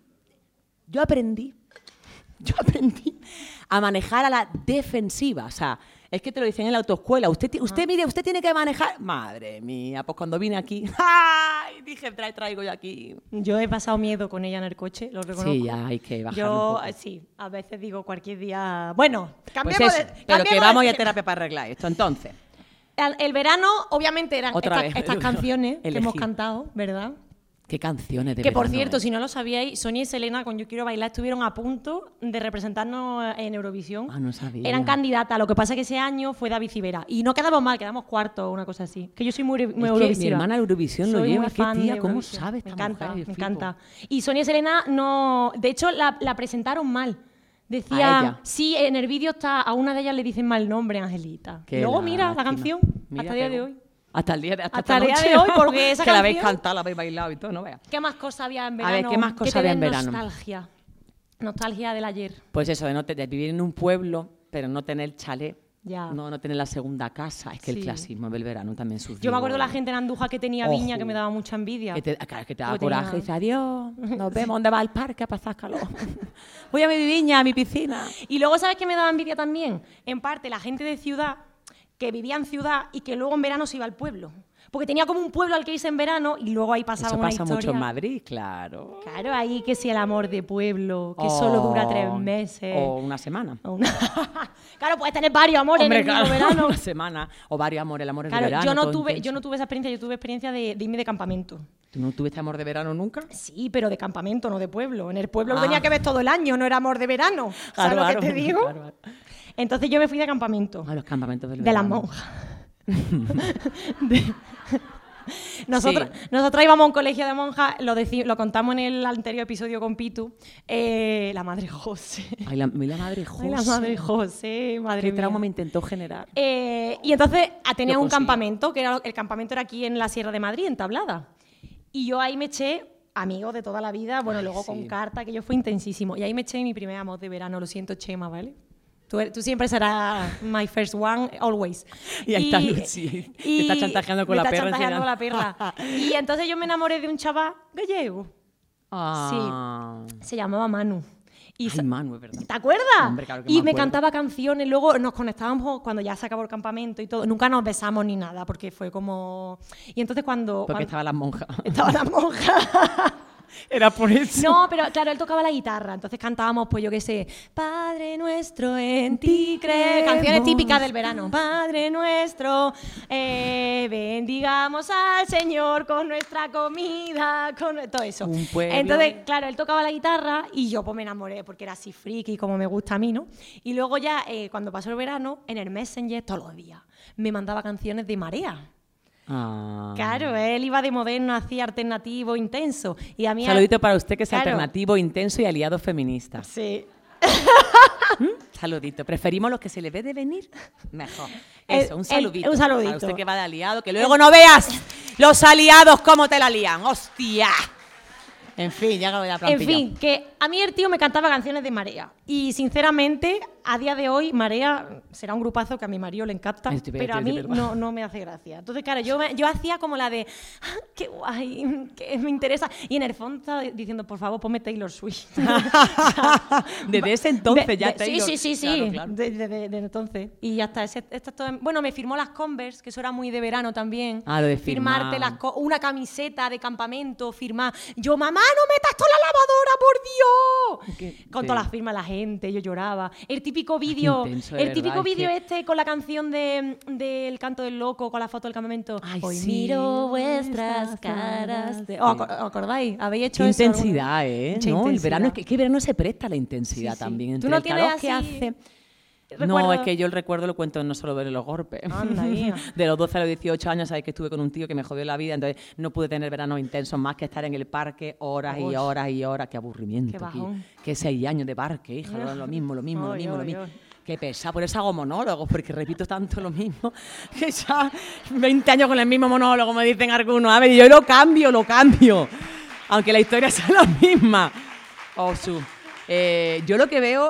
a manejar a la defensiva. O sea, es que te lo dicen en la autoescuela. Usted tiene que manejar. Madre mía, pues cuando vine aquí, ¡ay! Dije, traigo yo aquí. Yo he pasado miedo con ella en el coche, lo reconozco. Sí, ya hay que bajar un Yo, poco. sí, a veces digo cualquier día... Bueno, Pues cambiemos eso, de... pero que cambiemos vamos a de ir a terapia para arreglar esto. Entonces, El verano, obviamente, eran Otra vez. estas canciones que hemos Elegir. cantado, ¿verdad? qué canciones de Que por verano, cierto, ¿eh? si no lo sabíais, Sonia y Selena con Yo Quiero Bailar estuvieron a punto de representarnos en Eurovisión. Ah, no sabía. Eran candidatas, lo que pasa es que ese año fue David Civera. Y no quedamos mal, quedamos cuarto o una cosa así. Que yo soy muy Es que Eurovisiva. mi hermana Eurovisión lo Soy lleva. muy ¿Qué fan tía? de ¿Cómo Eurovisión. sabe Me esta encanta, mujer? Yo me flipo. encanta. Y Sonia y Selena no... De hecho, la presentaron mal. ¿A Decía, ella? sí, en el vídeo está, a una de ellas le dicen mal nombre, Angelita. Qué Y luego mira la lástima. canción, Mira, hasta el día de pegó. hoy. Hasta el día de, Hasta esta el día noche, de hoy, ¿no? porque esa que la habéis canción- cantado, la habéis bailado y todo, no veas. ¿Qué más cosas había en A verano? ver, ¿qué más que cosas te había den en verano? Nostalgia. Nostalgia del ayer. Pues eso, de vivir en un pueblo, pero no tener chalet, Ya. no tener la segunda casa. Es que Sí. el clasismo del verano también sus Yo me acuerdo de la vigores. gente en Andújar que tenía Ojo. viña que me daba mucha envidia. Claro, que te da Porque coraje tenía- y dice, adiós, nos vemos, ¿dónde va al parque a pasar calor? Voy a mi viña, a mi piscina. Y luego, ¿sabes qué me daba envidia también? En parte, la gente de ciudad, que vivía en ciudad y que luego en verano se iba al pueblo. Porque tenía como un pueblo al que irse en verano y luego ahí pasaba Eso una pasa historia. mucho en Madrid, claro. Claro, ahí que si el amor de pueblo, que solo dura 3 meses. O una semana. O una- claro, puedes tener varios amores Hombre, en el mismo claro, verano. una semana. O varios amores, el amor Claro, de verano. yo no todo tuve intenso. esa experiencia, yo tuve experiencia de irme de campamento. ¿Tú no tuviste amor de verano nunca? Sí, pero de campamento, no de pueblo. En el pueblo lo Ah. tenía que ver todo el año, no era amor de verano. ¿Sabes lo que te digo? Claro. Entonces yo me fui de campamento. A los campamentos del De las verano. monjas. Nosotros íbamos a un colegio de monjas, lo contamos en el anterior episodio con Pitu, la madre José. Ay, la madre José. Ay, la madre José, madre Qué mía. trauma me intentó generar. Y entonces tenían un consiguió. campamento, el campamento era aquí en la Sierra de Madrid, en Tablada. Y yo ahí me eché, amigos de toda la vida, bueno, luego sí. con carta, que yo fue intensísimo. Y ahí me eché mi primer amor de verano, lo siento, Chema, ¿vale? Tú siempre serás my first one, always. Y ahí está Lucy, te está chantajeando con me la está perra chantajeando con la enseñando. perra. Y entonces yo me enamoré de un chaval gallego. Ah. Se llamaba Manu. Y Ay, Manu, es verdad. ¿Te acuerdas? Hombre, claro que y me me acuerdo. cantaba canciones, luego nos conectábamos cuando ya se acabó el campamento y todo. Nunca nos besamos ni nada, porque fue como... Y entonces Porque estaban las monjas. estaba la monja. Era por eso. No, pero claro, él tocaba la guitarra, entonces cantábamos, pues yo qué sé, Padre nuestro en ti creemos. Canciones típicas del verano. Padre nuestro, bendigamos al Señor con nuestra comida, con todo eso. Un pueblo. Entonces, claro, él tocaba la guitarra y yo pues me enamoré porque era así friki, como me gusta a mí, ¿no? Y luego ya, cuando pasó el verano, en el Messenger, todos los días, me mandaba canciones de Marea. Ah. Claro, él iba de moderno, hacía alternativo, intenso. Y a mí... Saludito para usted que es Claro. alternativo, intenso y aliado feminista. Sí. saludito. Preferimos los que se le ve de venir, mejor. Eso, un saludito. Un saludito. Para usted que va de aliado, que luego no veas los aliados cómo te la lían. ¡Hostia! En fin, ya acabo de la plantilla. En fin, que a mí el tío me cantaba canciones de Marea. Y sinceramente, a día de hoy, Marea será un grupazo que a mi marido le encanta, pero a mí no me hace gracia. Entonces, claro, yo hacía como la de, qué guay, que me interesa. Y en el fondo estaba diciendo, por favor, ponme Taylor Swift. Desde ese entonces ya Taylor. Sí. Claro. Desde entonces. Y ya está. Bueno, me firmó las Converse, que eso era muy de verano también. Ah, lo de firmar. Firmarte una camiseta de campamento, firmar. Yo, mamá, no metas toda la lavadora, por Dios. Con todas las firmas la gente, yo lloraba. El típico vídeo, con la canción del Canto del Loco, con la foto del campamento. Ay, hoy sí. miro vuestras caras. ¿Os acordáis? ¿Habéis hecho qué eso? intensidad, Mucha ¿no? intensidad. El verano es que el verano se presta a la intensidad Sí, sí. también. ¿Tú Entre no el tienes calor que así hace. recuerdo? No, es que yo el recuerdo lo cuento no solo ver los golpes. Anda, mía. De los 12 a los 18 años, sabéis que estuve con un tío que me jodió la vida, entonces no pude tener veranos intensos más que estar en el parque horas y horas y horas. Qué aburrimiento. Qué bajón. Que 6 años de parque, hija, lo mismo. Ay. Qué pesado, por eso hago monólogos, porque repito tanto lo mismo, que ya 20 años con el mismo monólogo, me dicen algunos. A ver, yo lo cambio, aunque la historia sea la misma. Yo lo que veo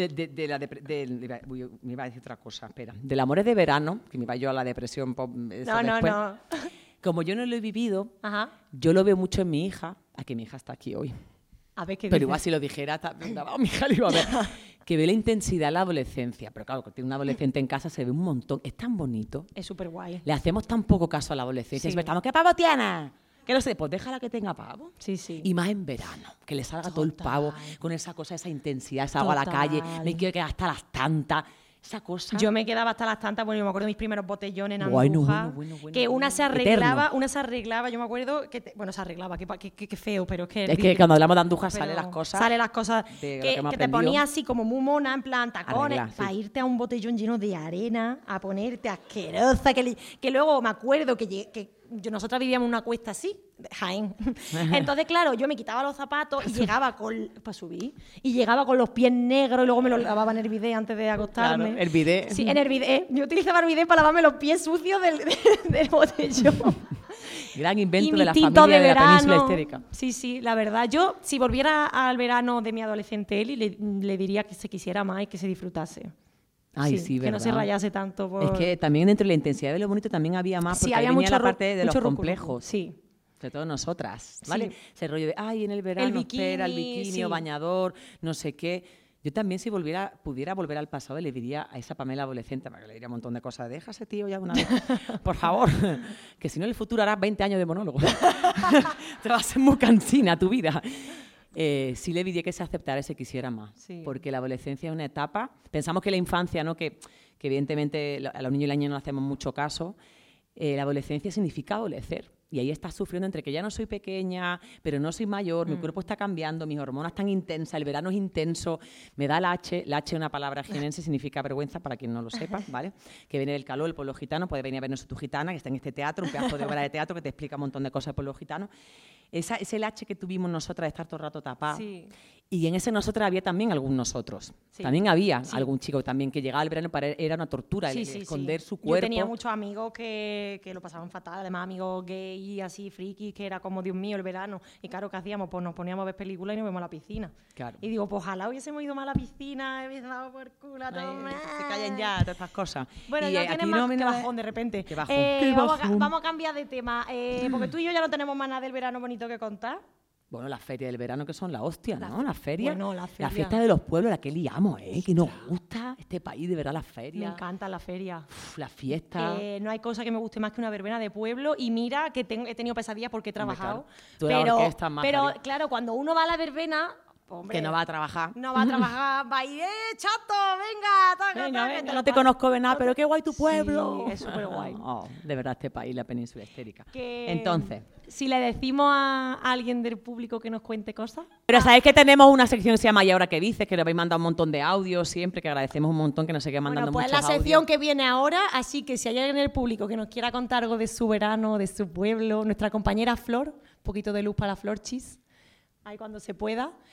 me iba a decir otra cosa, espera. Del Amores de Verano, que me iba yo a la depresión. No. Como yo no lo he vivido, Ajá. yo lo veo mucho en mi hija, a que mi hija está aquí hoy. A ver qué Pero dices. igual si lo dijera, mi hija lo iba a ver. Que ve la intensidad de la adolescencia. Pero claro, que tiene un adolescente en casa se ve un montón. Es tan bonito. Es súper guay. Le hacemos tan poco caso a la adolescencia. Sí. Estamos, ¿qué pavo tienes? Que no sé, pues déjala que tenga pavo. Sí. Y más en verano, que le salga todo el pavo con esa cosa, esa intensidad, esa agua a la calle. Me quiero quedar hasta las tantas. Esa cosa. Yo me quedaba hasta las tantas, bueno, yo me acuerdo de mis primeros botellones en Bueno, Andújar, que una se arreglaba, eterno. yo me acuerdo que, se arreglaba, qué feo, pero es que... Es que cuando hablamos de Andújar pero salen las cosas. Salen las cosas de lo que hemos te aprendido. ponía así como muy mona, en plan tacones, Arreglar, sí. para irte a un botellón lleno de arena, a ponerte asquerosa, que luego me acuerdo que nosotras vivíamos en una cuesta así, Jaén. Entonces, claro, yo me quitaba los zapatos y llegaba para subir, y llegaba con los pies negros y luego me los lavaba en el bidet antes de acostarme. Claro, el bidet. Sí, en el bidet. Yo utilizaba el bidet para lavarme los pies sucios del botellón. Gran invento Y de la mi tinto familia de la península verano. histérica. Sí, la verdad. Yo, si volviera al verano de mi adolescente Eli, le diría que se quisiera más y que se disfrutase. Ay, sí, que no se ¿verdad? rayase tanto por... Es que también dentro de la intensidad de lo bonito también había más, porque Sí, ahí había venía mucho la parte de los mucho complejos. Sí. Sobre todo nosotras, ¿vale? Sí. Ese rollo de, en el verano espera el bikini, bikini sí. o bañador, no sé qué. Yo también, si pudiera volver al pasado, le diría a esa Pamela adolescente, porque le diría un montón de cosas, deja ese tío ya una vez, por favor, que si no en el futuro harás 20 años de monólogo. Te va a ser muy cansina tu vida. Sí le diría que se aceptara y se quisiera más, Sí. porque la adolescencia es una etapa, pensamos que la infancia, ¿no? que evidentemente a los niños y las niñas no hacemos mucho caso, la adolescencia significa adolecer. Y ahí estás sufriendo entre que ya no soy pequeña, pero no soy mayor, mi cuerpo está cambiando, mis hormonas están intensas, el verano es intenso, me da la H. La H es una palabra jienense, significa vergüenza, para quien no lo sepa, ¿vale? Que viene del caló, el pueblo gitano, puede venir a vernos tu gitana, que está en este teatro, un pedazo de obra de teatro que te explica un montón de cosas del pueblo gitano. Es el H que tuvimos nosotras de estar todo el rato tapadas. Sí. Y en ese nosotras había también algún nosotros. Sí. También había algún chico también que llegaba al verano para él era una tortura, el esconder su cuerpo. Yo tenía muchos amigos que lo pasaban fatal, además amigos gay así, frikis, que era como, Dios mío, el verano. Y claro, ¿qué hacíamos? Pues nos poníamos a ver películas y nos vemos a la piscina. Claro. Y digo, pues ojalá hubiésemos ido más a la piscina, hubiésemos dado por culo a tomar. Se callen ya todas estas cosas. Bueno, Y, ya a tienes ti más no me que lo- bajón de repente. Qué bajón. Qué bajón. Vamos a cambiar de tema, porque tú y yo ya no tenemos más nada del verano bonito que contar. Bueno, las ferias del verano que son la hostia, ¿no? Las ferias. Bueno, la Las feria. fiestas de los pueblos, la que liamos, ¿eh? Que nos gusta este país, de verdad, las Me ferias. encanta la feria. Las fiestas. No hay cosa que me guste más que una verbena de pueblo, y mira que he tenido pesadillas porque he trabajado. claro. Tú de la orquesta, pero Majarí. claro, cuando uno va a la verbena, hombre, Que no va a trabajar. no va a trabajar, va a ir, chato, venga, taca, Venga, taca, venga, te no lo te pa- conozco de nada, pero qué guay tu Sí, pueblo. es superguay. De verdad, este país, la península histérica. Que, Entonces. si le decimos a alguien del público que nos cuente cosas, Pero sabéis que tenemos una sección que se llama ¿Y ahora qué dices? Que nos habéis mandado un montón de audios siempre, que agradecemos un montón que nos sigan mandando pues muchos la sección audios. que viene ahora, así que si hay alguien en el público que nos quiera contar algo de su verano, de su pueblo, nuestra compañera Flor, un poquito de luz para Flor Chis, ahí cuando se pueda.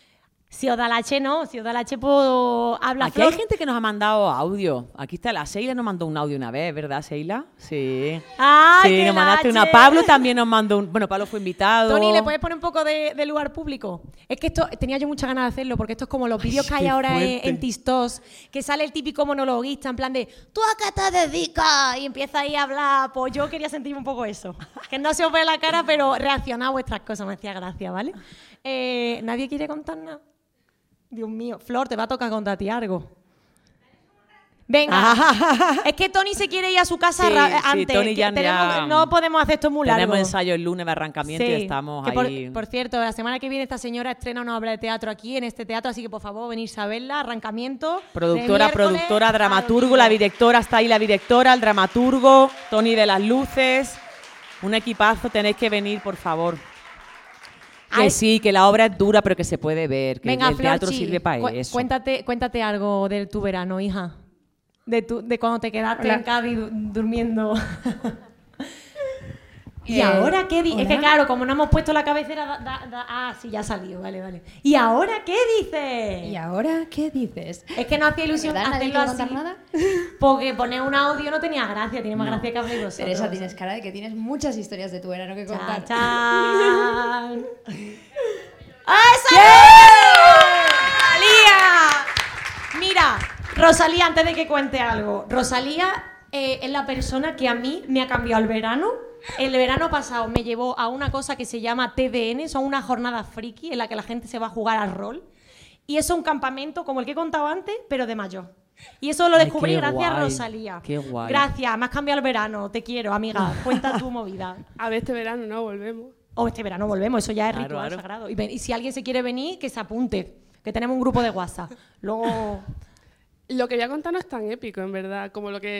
Ciudalache no, Ciudalache habla Aquí Flor. hay gente que nos ha mandado audio. Aquí está la Seila, nos mandó un audio una vez, ¿verdad, Seila? Sí. ¡Ay, Sí, qué nos mandaste una. lache! Pablo también nos mandó un. Bueno, Pablo fue invitado. Tony, ¿le puedes poner un poco de lugar público? Es que esto, tenía yo muchas ganas de hacerlo, porque esto es como los vídeos que hay qué ahora fuerte. en TikTok, que sale el típico monologuista en plan de ¿tú a qué te dedicas? Y empieza ahí a hablar. Pues yo quería sentirme un poco eso. Que no se os ve la cara, pero reaccionad a vuestras cosas, me hacía gracia, ¿vale? ¿Nadie quiere contar nada? Dios mío. Flor, te va a tocar contar a ti algo. Venga, es que Tony se quiere ir a su casa Sí, antes. Tony que ya- no podemos hacer esto muy largo. Tenemos ensayo el lunes de arrancamiento Sí, y estamos que ahí. por cierto, la semana que viene esta señora estrena una obra de teatro aquí, en este teatro, así que por favor venirse a verla, arrancamiento. Productora, de miércoles productora, a dramaturgo, domingo. la directora, está ahí la directora, el dramaturgo, Tony de las luces. Un equipazo, tenéis que venir, por favor. Que Ay. sí, que la obra es dura, pero que se puede ver, que Venga, el teatro Florchi, sirve para eso. Cuéntate algo de tu verano, hija. De cuando te quedaste Hola. en Cádiz durmiendo. ¿Y Eh, ahora qué dices? Es que hola. claro, como no hemos puesto la cabecera... sí, ya ha salido, vale. ¿Y ahora qué dices? ¿Y ahora qué dices? Es que no hacía ilusión ¿Verdad? ¿Nadie hacerlo quiere así. contar nada? Porque poner un audio no tenía gracia, tiene más gracia que habléis vosotros. Teresa, tienes cara de que tienes muchas historias de tu verano que contar. Chan. ¡Rosalía! Mira, Rosalía, antes de que cuente algo, Rosalía es la persona que a mí me ha cambiado el verano. El verano pasado me llevó a una cosa que se llama TDN, son unas jornadas friki en la que la gente se va a jugar al rol. Y eso es un campamento como el que he contado antes, pero de mayor. Y eso lo Ay, descubrí qué gracias a guay, Rosalía. qué guay. Gracias, me has cambiado el verano, te quiero, amiga. Cuenta tu movida. A ver, este verano no volvemos. O este verano volvemos, eso ya es Claro, ritual claro. sagrado. Y si alguien se quiere venir, que se apunte, que tenemos un grupo de WhatsApp. Luego... Lo que voy a contar no es tan épico, en verdad,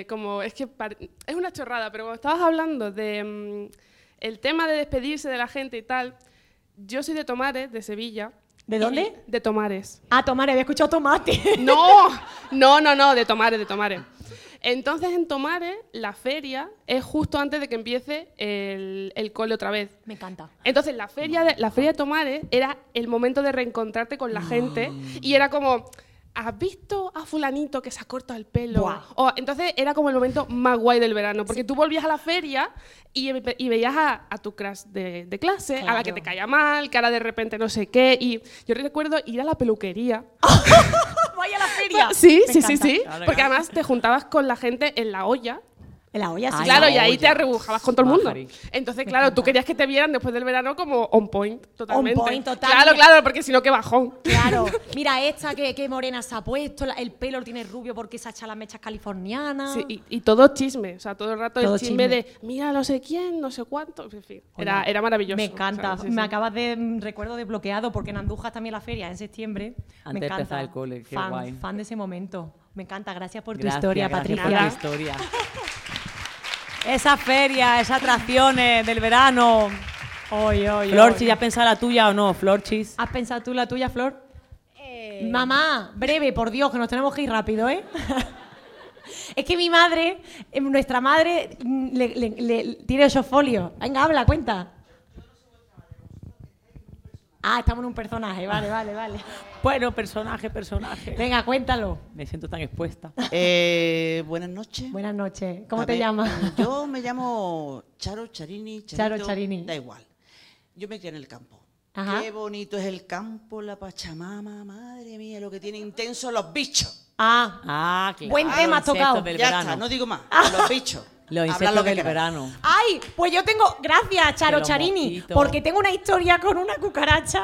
es una chorrada, pero cuando estabas hablando de el tema de despedirse de la gente y tal, yo soy de Tomares, de Sevilla. ¿De y- dónde? De Tomares. Ah, tomate, había escuchado tomate. No, de Tomares, de Tomares. Entonces en Tomares la feria es justo antes de que empiece el cole otra vez. Me encanta. Entonces la feria de Tomares era el momento de reencontrarte con la gente y era como, ¿has visto a fulanito que se ha cortado el pelo? Buah. Entonces era como el momento más guay del verano, porque tú volvías a la feria y veías a tu crush de clase, a la que Claro. te caía mal, que ahora de repente no sé qué, y yo recuerdo ir a la peluquería. Vaya a la feria. Sí, Me sí, sí, encanta. sí, Claro, porque claro. además te juntabas con la gente en la olla. En la olla, sí. Ay, Claro, la y ahí te olla. arrebujabas con todo el mundo. Majari. Entonces, claro, tú querías que te vieran después del verano como on point, totalmente. point, total. Claro, claro, porque si no, qué bajón. Claro. Mira esta que morena se ha puesto, el pelo lo tiene rubio porque se ha echado las mechas californianas. Sí, y todo chisme, o sea, todo el rato Todo el chisme, chisme. de mira no sé quién, no sé cuánto, en fin, Hola. era maravilloso. Me encanta. o sea, sí, Me sí. acabas de recuerdo desbloqueado porque en Andújar también la feria en septiembre. Antes Me de encanta. empezar el cole, qué fan, guay. fan de ese momento. Me encanta. Gracias por tu Gracias, historia, gracias Patricia. por tu historia. Esa feria, esas atracciones del verano. Florchis, ¿ya has pensado la tuya o no, Florchis? ¿Has pensado tú la tuya, Flor? Mamá, breve, por Dios, que nos tenemos que ir rápido, ¿eh? Es que mi madre, nuestra madre, tiene esos folios. Venga, habla, cuenta. Ah, estamos en un personaje, vale. Bueno, personaje. Venga, cuéntalo. Me siento tan expuesta. Buenas noches. Buenas noches. ¿Cómo A te ver, llamas? Yo me llamo Charo, Charini, Charo, Charito, Charini. Da igual. Yo me crié en el campo. Ajá. Qué bonito es el campo, la Pachamama, madre mía, lo que tiene intenso los bichos. Ah, claro. Buen tema has Insectos tocado. del Ya verano. está, no digo más. Los bichos. Los Hablad insectos lo que del queráis. verano. ay, pues yo tengo, gracias, Charo los Charini, mosquitos. porque tengo una historia con una cucaracha.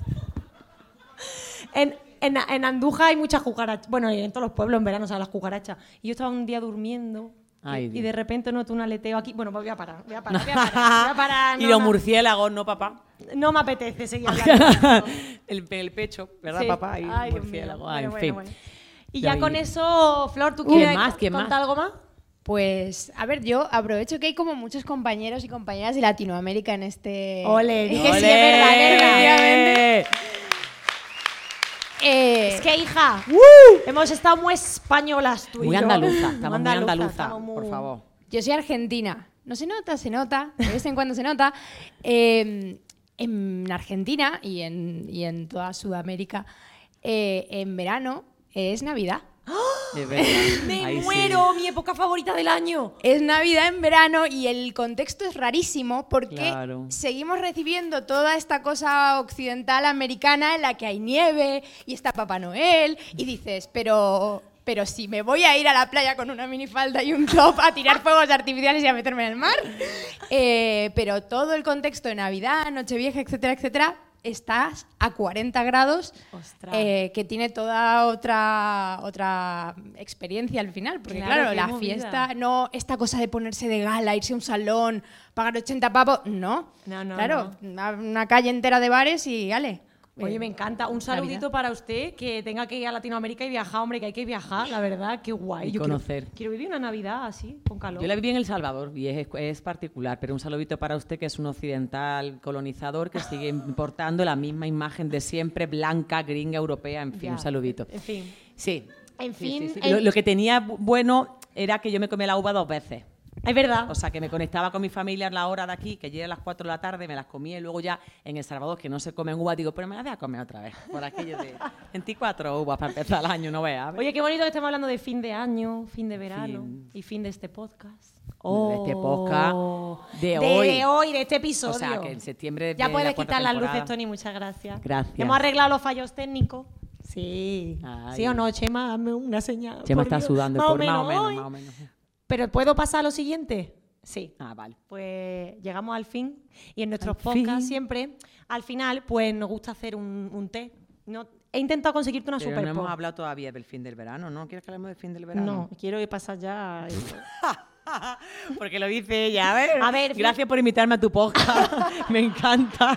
En Andújar hay muchas cucarachas. Bueno, en todos los pueblos en verano salen las cucarachas. Y yo estaba un día durmiendo Ay, y Dios. de repente noto un aleteo aquí. Bueno, pues voy a parar. Y No, los no, murciélagos, ¿no, papá? no me apetece seguir hablando. el pecho, ¿verdad, Sí. papá? Y Ay, Dios murciélago. mío. Ah, en Bueno, fin. bueno. Y Ya ya con vi. eso, Flor, ¿tú ¿Quién quieres más? ¿Quién contar más? algo más? Pues, a ver, yo aprovecho que hay como muchos compañeros y compañeras de Latinoamérica en este... Ole, di que sí, ¡Ole! es verdad, es verdad. Efectivamente. Es que, hija, hemos estado muy españolas tú y Muy yo. andaluza, estamos muy andaluza, estamos muy- por favor. Yo soy argentina. No se nota, de vez en cuando se nota. en Argentina y en toda Sudamérica, en verano es Navidad. Es verdad. ¡Me Ahí sí. muero! Mi época favorita del año. Es Navidad en verano y el contexto es rarísimo porque Claro. seguimos recibiendo toda esta cosa occidental americana en la que hay nieve y está Papá Noel y dices, pero si me voy a ir a la playa con una minifalda y un top a tirar fuegos artificiales y a meterme en el mar. Pero todo el contexto de Navidad, Nochevieja, etcétera, etcétera, estás a 40 grados, Ostras. que tiene toda otra experiencia al final. Porque Claro, claro, qué la movida. fiesta, no esta cosa de ponerse de gala, irse a un salón, pagar 80 pavos, no. No, Claro, una calle entera de bares y ale. Oye, me encanta. Un saludito Navidad. para usted que tenga que ir a Latinoamérica y viajar, hombre, que hay que viajar, la verdad, qué guay. Y Yo conocer. Quiero vivir una Navidad así, con calor. Yo la viví en El Salvador y es particular, pero un saludito para usted que es un occidental colonizador que sigue importando la misma imagen de siempre, blanca, gringa, europea, en fin, Ya. un saludito. En fin. Sí. En Sí, fin, sí, sí. Lo que tenía bueno era que yo me comía la uva 2 veces. Es verdad. O sea, que me conectaba con mi familia a la hora de aquí, que llegué a las 4 de la tarde, me las comía y luego ya en El Salvador, que no se comen uvas, digo, pero me las voy a comer otra vez. Por aquello de 24 uvas para empezar el año, no veas. Oye, qué bonito que estemos hablando de fin de año, fin de verano Fin. y fin de este podcast. De este podcast de hoy. De hoy, de este episodio. O sea, que en septiembre Ya de puedes la cuarta quitar las temporada. luces, Tony, muchas gracias. Gracias. Hemos arreglado los fallos técnicos. Sí. Ay. ¿Sí o no, Chema? Hazme una señal. Chema por está Dios. sudando, Más por o menos, más hoy. o menos. ¿Pero puedo pasar a lo siguiente? Sí. Ah, vale. Pues llegamos al fin y en nuestros Al podcasts fin. siempre, al final, pues nos gusta hacer un té. No, he intentado conseguirte una Pero super no hemos pop. hablado todavía del fin del verano, ¿no? ¿Quieres que hablemos del fin del verano? No, quiero pasar ya. Porque lo dice ella. A ver, A ver, gracias por invitarme a tu podcast. Me encanta.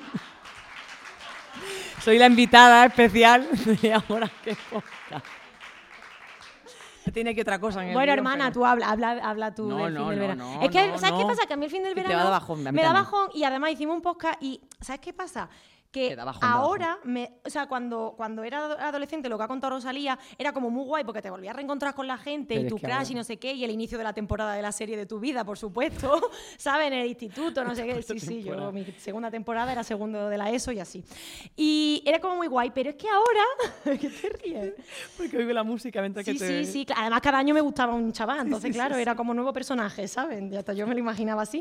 Soy la invitada especial de Ahora que Podcast. Tiene que otra cosa en el Bueno, guión, hermana, pero- tú habla tú No, del no, fin del no, verano. no, Es que, no, ¿sabes qué no. pasa? Que a mí el fin del Que te verano va de bajón, a mí me da también. bajón y además hicimos un podcast y ¿sabes qué pasa? Que Te da bajón, da ahora, o sea, cuando era adolescente, lo que ha contado Rosalía era como muy guay porque te volvías a reencontrar con la gente Pero y es tu que crush ahora- y no sé qué, y el inicio de la temporada de la serie de tu vida, por supuesto, ¿sabes? En el instituto, no sé qué. Sí, sí, yo mi segunda temporada era segundo de la ESO y así. Y era como muy guay, pero es que ahora... ¿Qué te ríes? Porque oigo la música mientras Sí, que te... sí, sí. Además, cada año me gustaba un chaval, entonces, claro, era como nuevo personaje, ¿saben? Ya hasta yo me lo imaginaba así.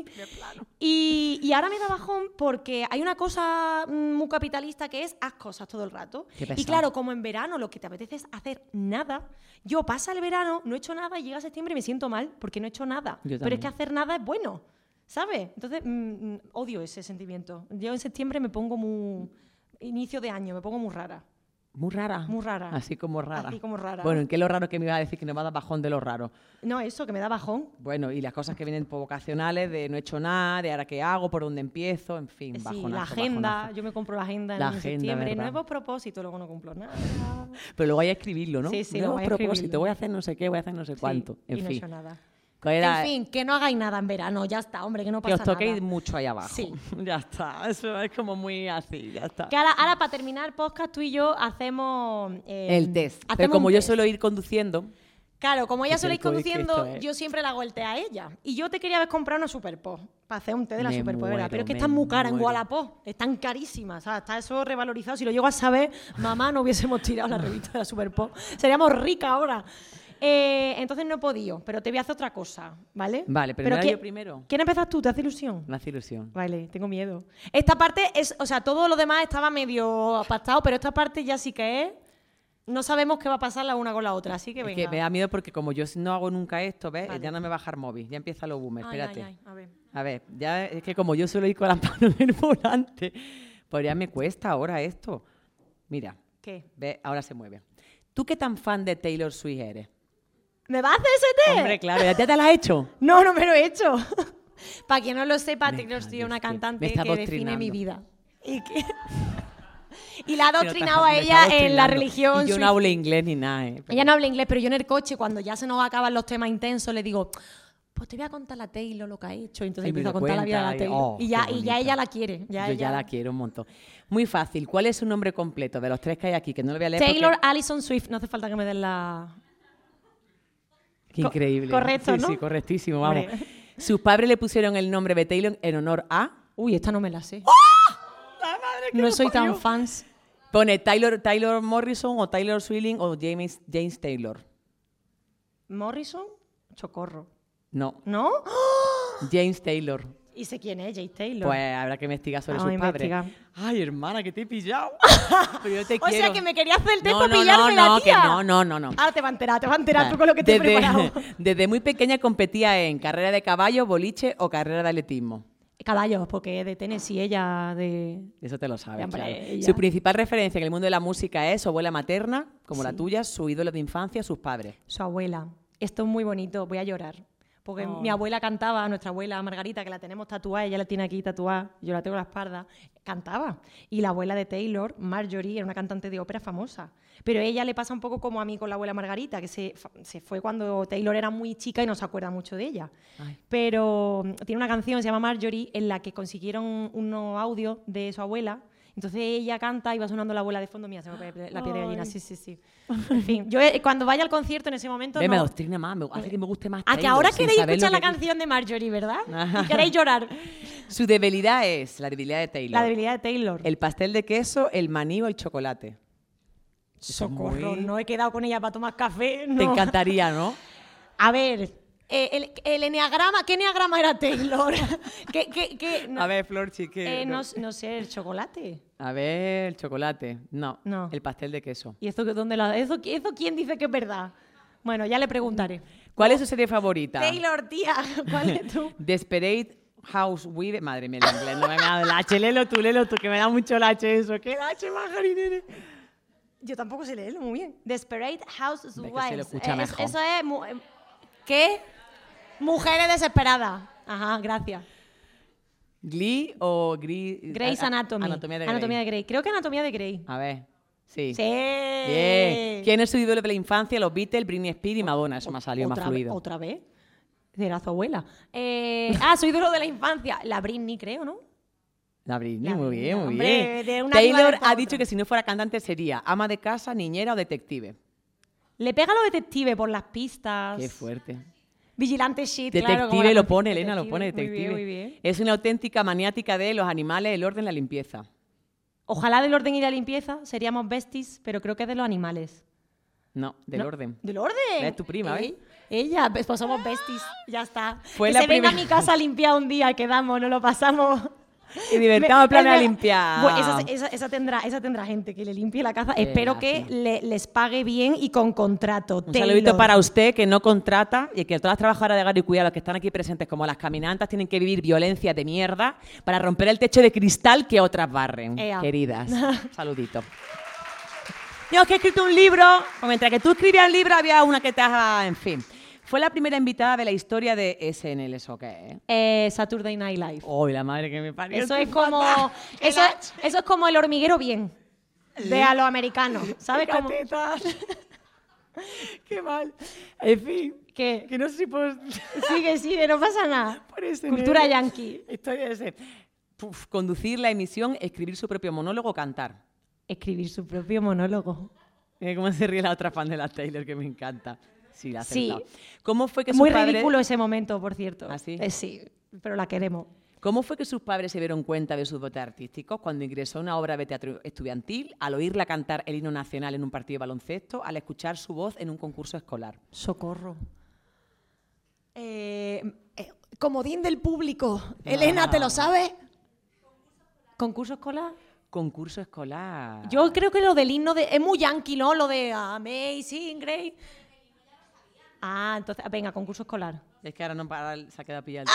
Y ahora me da bajón porque hay una cosa muy capitalista que es haz cosas todo el rato. Qué Y pesado. claro, como en verano lo que te apetece es hacer nada, yo pasa el verano, no he hecho nada y llega septiembre y me siento mal porque no he hecho nada. Yo Pero es también. que hacer nada es bueno, ¿sabes? Entonces, odio ese sentimiento. Yo en septiembre me pongo muy... Inicio de año, me pongo muy rara. Muy rara. Muy rara. Así como rara. Así como rara. Bueno, ¿en qué es lo raro que me iba a decir que me va a dar bajón de lo raro? No, eso, que me da bajón. Bueno, y las cosas que vienen vocacionales de no he hecho nada, de ahora qué hago, por dónde empiezo, en fin, Sí, bajonazo, la agenda, bajonazo. yo me compro la agenda en La agenda, septiembre, ¿verdad? nuevos propósitos, luego no cumplo nada. Pero luego hay que escribirlo, ¿no? Sí, sí, Nuevos luego hay que propósitos, escribirlo. voy a hacer no sé qué, voy a hacer no sé cuánto. Sí, y En no he fin. hecho nada. ¿Cuál era? En fin, que no hagáis nada en verano, ya está, hombre, que no Que pasa os toquéis nada. mucho ahí abajo. Sí. Ya está, eso es como muy así, ya está. Que ahora, para terminar el podcast, tú y yo hacemos... El test. Pero hacemos como un yo test. suelo ir conduciendo, Claro, como ella que suele ir el COVID, que conduciendo, esto es- yo siempre le hago el té a ella. Y yo te quería haber comprado una Superpop para hacer un té de la Me Superpop, ¿verdad? Pero es que muero, están muy caras en muero. Wallapop, están carísimas, ¿sabes? Está eso revalorizado. Si lo llego a saber, mamá, no hubiésemos tirado la revista de la Superpop. Seríamos ricas ahora. Entonces no he podido, pero te voy a hacer otra cosa, ¿vale? Vale, pero no era ¿quién- yo primero. ¿Quién empezas tú? ¿Te hace ilusión? me hace ilusión. Vale, tengo miedo. Esta parte es, o sea, todo lo demás estaba medio pactado, pero esta parte ya sí que es. No sabemos qué va a pasar la una con la otra, así que Es venga. que me da miedo porque como yo no hago nunca esto, ¿ves? Vale. Ya no me va a bajar móvil, ya empieza lo boomer, Ay, espérate. ay, ay, a ver. A ver, ya es que como yo suelo ir con las manos en el volante, pues ya me cuesta ahora esto. Mira, ¿Qué? ve, ahora se mueve. ¿Tú qué tan fan de Taylor Swift eres? ¿Me vas a hacer ese té? Hombre, claro, ¿ya te la has hecho? No, no me lo he hecho. Para quien no lo sepa, Me Taylor Swift es cago, una es que cantante me está que define mi adoctrinando. vida. Y la ha Me adoctrinado está a ella en la adoctrinando. religión. Y yo no Swift. hablo inglés ni nada, ¿eh? Ella no habla inglés, pero yo en el coche, cuando ya se nos acaban los temas intensos, le digo, pues te voy a contar la Taylor lo que ha hecho. Y entonces Y me empiezo a lo contar la vida de la cuenta, Taylor. oh, y ya qué ella bonita. la quiere. Yo ella- ya la quiero un montón. Muy fácil. ¿Cuál es su nombre completo de los tres que hay aquí? Que no lo voy a leer Taylor porque... Allison Swift. No hace falta que me den la... Qué increíble. correcto, sí, ¿no? Sí, correctísimo, vamos. Hombre. Sus padres le pusieron el nombre de Taylor en honor a... Uy, esta no me la sé. No soy tan fans. Pone Taylor Morrison o Taylor Swilling o James Taylor. ¿Morrison? Chocorro. No, ¿No? James Taylor. ¿Y sé quién es? Jay Taylor. Pues habrá que investigar sobre Vamos sus a padres. investigar. Ay, hermana, que te he pillado. Pero yo te O quiero. sea, que me querías hacer el test No, para no, pillarme no, la tía. que no. Ahora te va a enterar tú con lo que te he preparado. Desde muy pequeña competía en carrera de caballo, boliche o carrera de atletismo. Caballos, porque es de Tennessee, ella de... Eso te lo sabes, Hombre, claro. ella. Su principal referencia en el mundo de la música es su abuela materna, como la Sí. tuya, su ídolo de infancia, sus padres. Su abuela. Esto es muy bonito, voy a llorar. Porque mi abuela cantaba, nuestra abuela Margarita, que la tenemos tatuada, ella la tiene aquí tatuada, yo la tengo en la espalda, cantaba. Y la abuela de Taylor, Marjorie, era una cantante de ópera famosa. Pero ella le pasa un poco como a mí con la abuela Margarita, que se fue cuando Taylor era muy chica y no se acuerda mucho de ella. Ay. Pero tiene una canción, se llama Marjorie, en la que consiguieron unos audios de su abuela. Entonces ella canta y va sonando la abuela de fondo. Mía, se me pone la piel de gallina. Sí. En fin, yo cuando vaya al concierto en ese momento... Me no, adoctrina más, hace que me guste más a que Taylor, ahora sin queréis saber escuchar lo la que- canción de Marjorie, ¿verdad? Y queréis llorar. Su debilidad es la debilidad de Taylor. La debilidad de Taylor. El pastel de queso, el maní o el chocolate. Eso es Socorro, muy- no he quedado con ella para tomar café. No. Te encantaría, ¿no? A ver, el enneagrama, ¿qué enneagrama era Taylor? No, A ver, Florchi, que... no sé, el chocolate. A ver, el chocolate. No, No. el pastel de queso. ¿Y eso, eso quién dice que es verdad? Bueno, ya le preguntaré. ¿Cuál es su serie favorita? Taylor, tía, ¿cuál es tú? Desperate Housewives. Madre mía, el inglés no me ha dado el H. Léelo tú, que me da mucho el H eso. ¿Qué H, Margarine? Yo tampoco sé leerlo muy bien. Desperate Housewives. Ve que se lo escucha mejor. Eso es... ¿Qué? Mujeres desesperadas. Ajá, gracias. ¿Glee o Grey's Anatomy. Anatomía de Grey. Creo que Anatomía de Grey. A ver, sí. Sí. Bien. ¿Quién es su ídolo de la infancia? Los Beatles, Britney Spears y Madonna. Eso me ha salido más fluido. ¿Otra vez? Era su abuela. Su ídolo de la infancia. La Britney, creo, ¿no? La Britney, La muy Britney, bien, muy hombre, bien. de una diva Taylor después ha otra. dicho que si no fuera cantante sería ama de casa, niñera o detective. Le pega a los detectives por las pistas. Qué fuerte. Vigilante shit, claro. como Detective la lo canción. pone, Elena lo pone, Muy detective. bien, muy bien. Es una auténtica maniática de los animales, el orden, la limpieza. Ojalá del orden y la limpieza seríamos besties, pero creo que es de los animales. No, del ¿No? orden. ¿Del orden? Es tu prima, ¿ves? Ella, pues somos besties, ya está. Fue que la se venga a primera- mi casa a limpiar un día, quedamos, nos lo pasamos. Y divertamos planes a limpiar. Bueno, esa tendrá gente que le limpie la casa. Espero que les pague bien y con contrato. Un saludito para usted que no contrata y que todas las trabajadoras de hogar y cuidado que están aquí presentes como las caminantas tienen que vivir violencia de mierda para romper el techo de cristal que otras barren. Ea. Queridas, saludito. Yo que he escrito un libro, o mientras que tú escribías el libro había una que te ha... En fin. Fue la primera invitada de la historia de SNL, ¿eso qué es? Saturday Night Live. ¡Uy, la madre que me parió! Eso es como eso es como el hormiguero bien de a los americanos, ¿sabes? Como ¡Qué mal! En fin, que que no sé si puedo... sigue, no pasa nada. por SNL. Cultura yankee. Historia de ese. Conducir la emisión, escribir su propio monólogo, cantar. Escribir su propio monólogo. Mira cómo se ríe la otra fan de la Taylor, que me encanta. Sí, la ha Sí. acertado. ¿Cómo fue que Muy sus padres... ridículo ese momento, por cierto. ¿Ah, sí? Sí, pero la queremos. ¿Cómo fue que sus padres se dieron cuenta de sus dotes artísticos cuando ingresó a una obra de teatro estudiantil, al oírla cantar el himno nacional en un partido de baloncesto, al escuchar su voz en un concurso escolar? Socorro. Comodín del público. Elena, ¿te lo sabes? ¿Concurso escolar? Concurso escolar. Yo creo que lo del himno es muy yankee, ¿no? Lo de Amazing Grace. Ah, entonces, venga, concurso escolar. Es que ahora no para, se ha quedado pillado.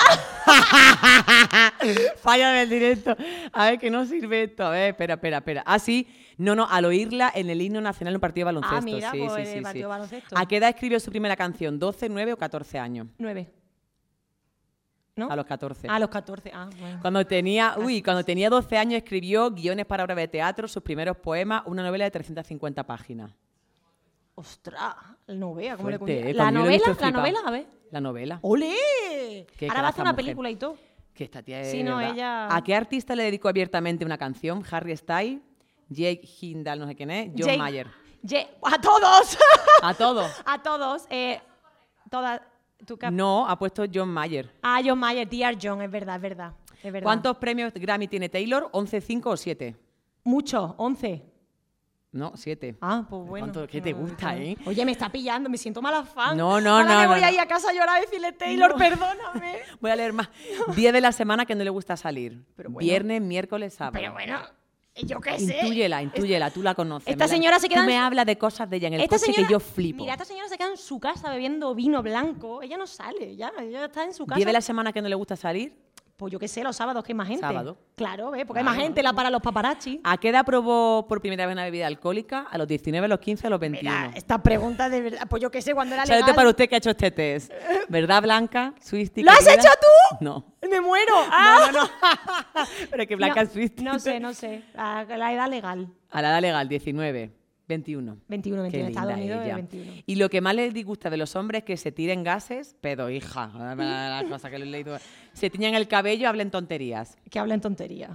Falla del directo. A ver, que no sirve esto. A ver, espera. Ah, sí. No, al oírla en el himno nacional en un partido de baloncesto. Mira, sí, pues, sí, el partido de baloncesto. ¿A qué edad escribió su primera canción? ¿12, 9 o 14 años? 9. ¿No? A los 14. A los 14. Ah, bueno. Cuando tenía 12 años escribió guiones para obras de teatro, sus primeros poemas, una novela de 350 páginas. Ostras, no vea cómo le Fuerte, cuenta. cuando yo lo he visto he La flipado. novela, a ver. La novela. ¡Ole! Qué Ahora va a hacer crack una mujer. película y todo. Que esta tía es Sí, no, verdad. ella- ¿A qué artista le dedicó abiertamente una canción? Harry Styles, Jake Hindal, no sé quién es, John Jake- Mayer. ¡A todos! ¿A todos? A todos. Todas. ¿Tú qué- No, ha puesto John Mayer. Ah, John Mayer, Dear John, es verdad. ¿Cuántos premios Grammy tiene Taylor? ¿11, 5 o 7? Mucho, 11. No, 7. Ah, pues bueno. ¿Cuánto? ¿Qué te gusta, eh? Oye, me está pillando, me siento mala fan. No, Ahora me voy no. a ir a casa a llorar y decirle, Taylor, perdóname. Voy a leer más. 10 de la semana que no le gusta salir. Pero bueno. Viernes, miércoles, sábado. Pero bueno, yo qué sé. Intúyela, tú la conoces. Esta señora se queda Tú me en- hablas de cosas de ella en el Esta coche señora, que yo flipo. Mira, esta señora se queda en su casa bebiendo vino blanco. Ella no sale, ya. Ella está en su casa. 10 de la semana que no le gusta salir. Pues yo qué sé, los sábados que hay más gente. Sábado. Claro, ¿ves? Porque hay más gente para los paparazzi. ¿A qué edad probó por primera vez una bebida alcohólica? ¿A los 19, a los 15, a los 21? Mira, esta pregunta de verdad. Pues yo qué sé, cuando era Saludos legal. para usted que ha hecho este test. ¿Verdad, Blanca? Swiftie, ¿Lo has querida. hecho tú? No. ¡Me muero! ¡Ah! No. Pero que Blanca no, es Swiftie. no sé. La edad legal. A la edad legal, 19, 21. 21, Qué 21. Estados linda Unidos, ella. 21. Y lo que más les disgusta de los hombres es que se tiren gases, pedo, hija. La cosa que lo he leído. Se tiñan el cabello, hablen tonterías. Que hablen tontería.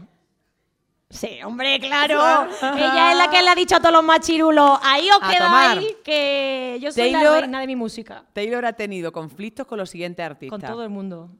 Sí, hombre, claro. Ella es la que le ha dicho a todos los machirulos. Ahí os A tomar. quedáis que yo soy la Taylor- reina de mi música. Taylor ha tenido conflictos con los siguientes artistas. Con todo el mundo.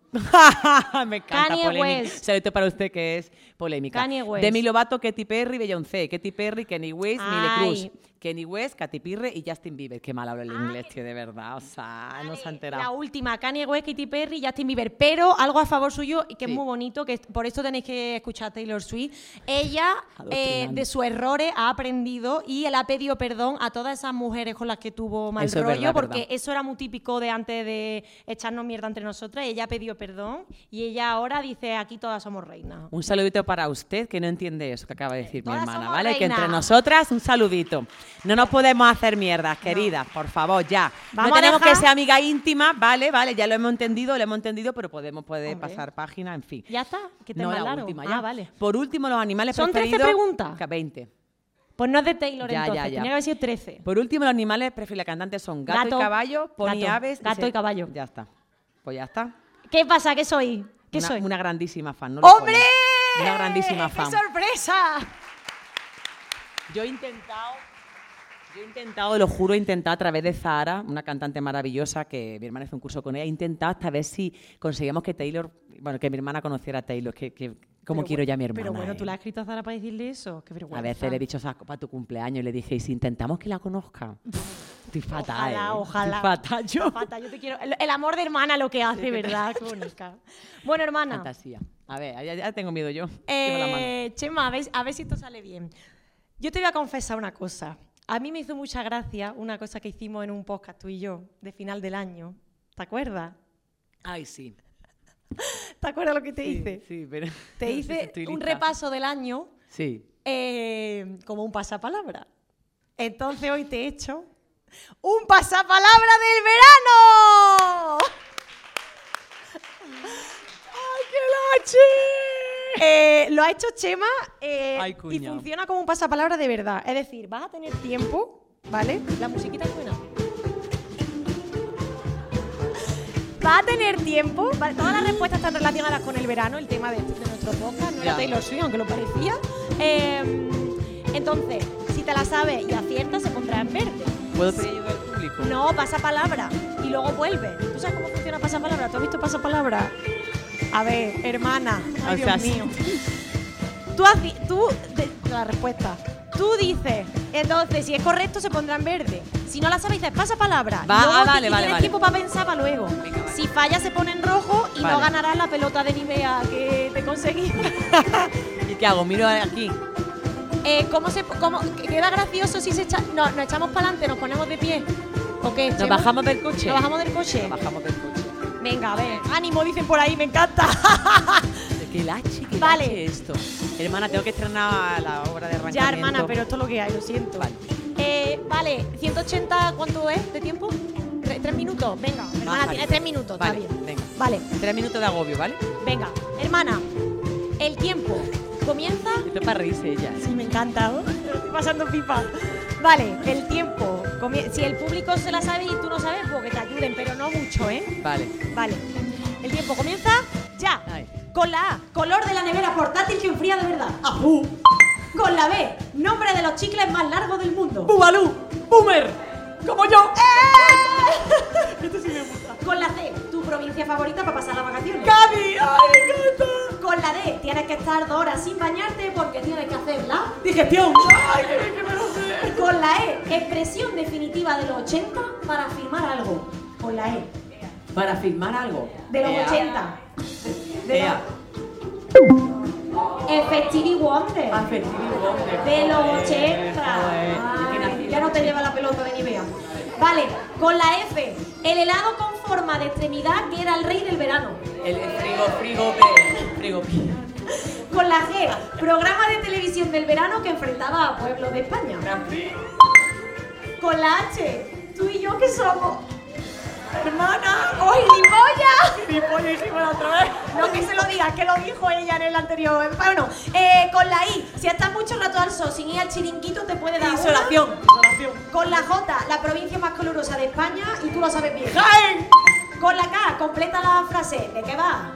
Me encanta Kanye polémica. West. Saludo para usted que es polémica. Kanye West. Demi Lovato, Katy Perry, Beyoncé. Katy Perry, Kanye West, Miley Ay. Cruz. Kanye West, Katy Perry y Justin Bieber. Qué mal hablo el inglés, tío, de verdad. O sea, no se ha La enterado. última, Kanye West, Katy Perry y Justin Bieber. Pero algo a favor suyo y que Sí. es muy bonito, que por esto tenéis que escuchar a Taylor Swift. Ella Adoctrinando. de sus errores ha aprendido y él ha pedido perdón a todas esas mujeres con las que tuvo mal Eso es rollo, verdad, porque verdad. eso era muy típico de antes de echarnos mierda entre nosotras. Ella ha pedido perdón y ella ahora dice, aquí todas somos reinas. Un saludito para usted que no entiende eso que acaba de decir mi Todas hermana, somos ¿vale? Que entre reinas. nosotras un saludito. No nos podemos hacer mierdas, queridas, por favor, ya. Vamos no a tenemos dejar- que ser amiga íntima, vale, ya lo hemos entendido, pero puede Hombre. pasar página, en fin. ¿Ya está? Que te No, más la largo. última Ah, ya. vale. Por último, los animales ¿Son 13 preferidos. preguntas? 20. Pues no es de Taylor Ya, entonces, ya. tenía que haber sido 13. Por último, los animales preferidos de la cantante son gato, Gato, y caballo, pony y gato, aves. gato y caballo. Ya está. Pues ya está. ¿Qué pasa? ¿Qué soy? ¿Qué soy? Una grandísima fan. No lo ¡Hombre! pone. Una grandísima fan. ¡Qué sorpresa! Yo he intentado, lo juro, he intentado a través de Zahara, una cantante maravillosa que mi hermana hizo un curso con ella, he intentado hasta ver si conseguíamos que que mi hermana conociera a Taylor, como quiero ya a mi hermana. Pero bueno, ¿eh? ¿tú le has escrito a Zara para decirle eso? Qué vergüenza. A veces le he dicho para tu cumpleaños y le dije, ¿y si intentamos que la conozca? Estoy fatal, Ojalá. Estoy fatal, yo. Fatal, yo te quiero. El amor de hermana lo que hace, ¿verdad? Qué bonita. Bueno, hermana. Fantasía. A ver, ya tengo miedo yo. Llevo la mano. Chema, a ver si esto sale bien. Yo te voy a confesar una cosa. A mí me hizo mucha gracia una cosa que hicimos en un podcast tú y yo, de final del año. ¿Te acuerdas? Ay, sí. ¿Te acuerdas lo que te hice? Sí, pero... Te hice Estoy un lista. repaso del año Sí. como un pasapalabra. Entonces hoy te he hecho un pasapalabra del verano. ¡Ay, qué lache! Lo ha hecho Chema Ay, y cuñao. funciona como un pasapalabra de verdad. Es decir, vas a tener tiempo, ¿vale? La musiquita suena. Va a tener tiempo, ¿vale? Todas las respuestas están relacionadas con el verano, el tema de nuestro podcast, no era Ya. Taylor Swift, aunque lo parecía. Entonces, si te la sabes y aciertas, se pondrá en verde. ¿Puedo pedir ayuda al público? No, pasapalabra y luego vuelve. ¿Tú sabes cómo funciona pasapalabra? ¿Tú has visto pasapalabra? A ver, hermana, ay, O Dios sea, mío. La respuesta. Tú dices, entonces, si es correcto, se pondrá en verde. Si no la sabes, dices, pasa palabra. Va, Luego vale, vale, tienes vale. tiempo para pensar para luego. Venga, vale. Si falla, se pone en rojo y no Vale. ganarás la pelota de Nivea que te conseguí. ¿Y qué hago? Miro aquí. ¿Cómo queda gracioso si se echa? No, nos echamos para adelante, nos ponemos de pie. ¿O qué? ¿Nos Chema? bajamos del coche? ¿Nos bajamos del coche? Nos bajamos del coche. Venga, a ver. Ánimo, dicen por ahí, me encanta. Qué lache, qué Vale. lache esto. Hermana, tengo que estrenar la obra de arrancamiento. Ya, hermana, pero esto es lo que hay, lo siento. Vale. Vale, 180, ¿cuánto es de tiempo? ¿3 minutos? Venga, hermana, vale. tiene 3 minutos, Vale, está bien. venga. Vale, 3 minutos de agobio, ¿vale? venga. Hermana, el tiempo comienza... Esto es para reírse ella. Sí, me encanta, ¿no? Me lo estoy pasando pipa. Vale, el tiempo. Si el público se la sabe y tú no sabes, pues que te ayuden, pero no mucho, ¿eh? Vale. Vale. El tiempo comienza ya. Ay. Con la A, color de la nevera portátil que enfría de verdad. ¡Ajú! Con la B, nombre de los chicles más largos del mundo. ¡Bubalú! ¡Boomer! ¡Como yo! Esto sí me gusta. Con la C, tu provincia favorita para pasar las vacaciones. ¡Cádiz! ¡Ay, me encanta! Con la D, tienes que estar 2 horas sin bañarte porque tienes que hacer la Digestión. Con la E, expresión definitiva de los 80 para afirmar algo. Con la E, Para firmar algo. de los Ea. 80. De Ea. Effective Wonder. Afectivo. De los 80. Ay, ya no te lleva la pelota de Nivea. Vale, con la F, el helado con forma de extremidad que era el rey del verano. El frigo. Con la G, programa de televisión del verano que enfrentaba a pueblos de España. Con la H, tú y yo que somos hermana. ¡Oye, ni polla! Dijimos la otra vez. No que se lo digas, que lo dijo ella en el anterior. Bueno, con la I, si estás mucho rato al sol sin ir al chiringuito te puede dar Insolación. una. Con la J, la provincia más calurosa de España y tú lo sabes bien. ¡Jaén! Con la K, completa la frase. ¿De qué va?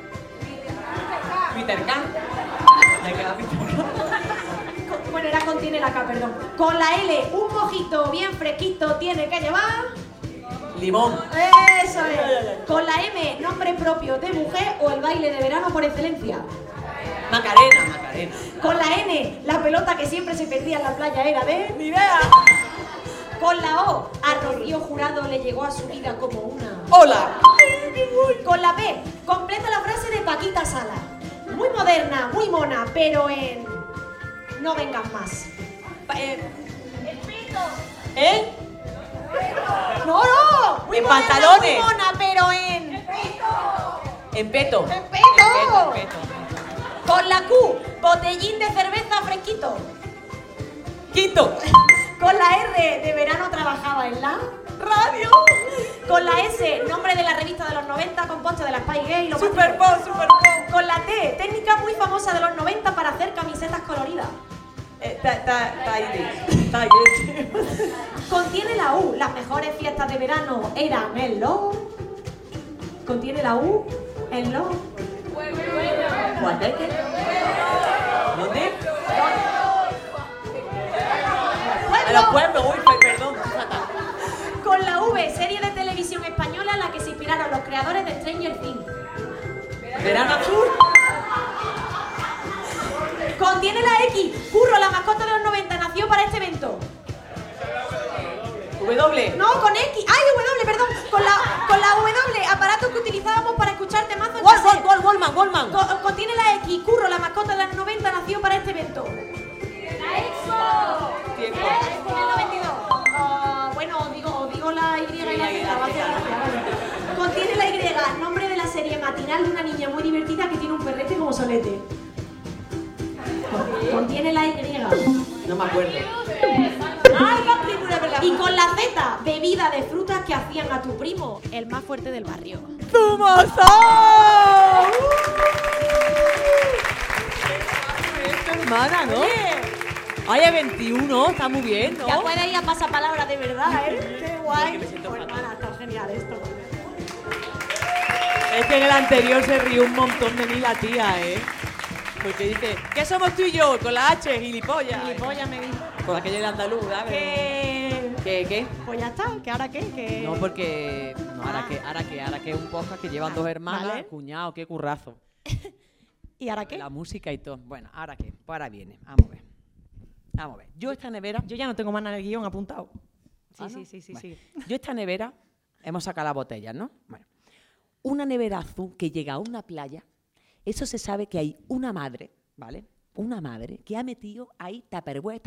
Peter Pan. ¿De qué va Peter Pan? Bueno, era contiene la K, perdón. Con la L, un mojito bien fresquito tiene que llevar. Limón. Eso es. Con la M, nombre propio de mujer o el baile de verano por excelencia. Macarena. Con la N, la pelota que siempre se perdía en la playa era de... ¡Ni idea! Con la O, a Rocío Jurado le llegó a su vida como una... Hola. Con la P, completa la frase de Paquita Sala. Muy moderna, muy mona, pero en... No vengas más. El pito. ¿Eh? No, no. Muy En moderna, pantalones. muy mona, pero en... En peto. ¡En peto! En peto. Con la Q, botellín de cerveza fresquito. Quinto. Con la R, de verano trabajaba en la radio. Con la S, nombre de la revista de los 90, compuesta de la Spy Gay. Superpop. Con la T, técnica muy famosa de los 90 para hacer camisetas coloridas. Contiene la U, las mejores fiestas de verano eran en los... Contiene la U, en los... ¿Guateque? ¿Dónde? A los pueblos. Uy, perdón. Con la V, serie de televisión española en la que se inspiraron los creadores de Stranger Things. Verano azul. Contiene la X, Curro, la mascota de los 90, nació para este evento. W. No, con X. ¡Ay, W, perdón! Con la W, aparato que utilizábamos para escuchar temazos en cassette. Wallman. Contiene la X, Curro, la mascota de los 90, nació para este evento. ¡La EXO! Tiempo. En el 92. Bueno, os digo la Y y la Z. Vale. Contiene la Y, nombre de la serie matinal de una niña muy divertida que tiene un perrete como solete. Contiene la Y. No me acuerdo. ¡Ay, la primera, verdad! Y con la Z, bebida de frutas que hacían a tu primo el más fuerte del barrio. ¡Zumoso! Hermana, ¿no? Oye, 21, está muy bien, ¿no? Ya puedes ir a pasapalabra de verdad, ¿eh? ¡Qué guay! que me siento Pues, fatal. hermana, está genial esto. Es que en el anterior se rió un montón de mí la tía, ¿eh? Porque dice, ¿qué somos tú y yo? Con la H, gilipollas. Gilipollas me dijo. Con aquello de andaluz, ¿sabes? ¿Qué? Pues ya está, ¿que ahora qué? Que... No, porque... No, ahora que es un podcast que llevan dos hermanas, vale. cuñado, qué currazo. ¿Y ahora qué? La música y todo. Bueno, ¿ahora qué? Pues ahora viene. Vamos a ver. Yo esta nevera... Yo ya no tengo más nada en el guión apuntado. Sí, ¿Ah, no? sí. Bueno, yo esta nevera... Hemos sacado las botellas, ¿no? Bueno. Una nevera azul que llega a una playa, eso se sabe que hay una madre, ¿vale? Una madre que ha metido ahí tupperware,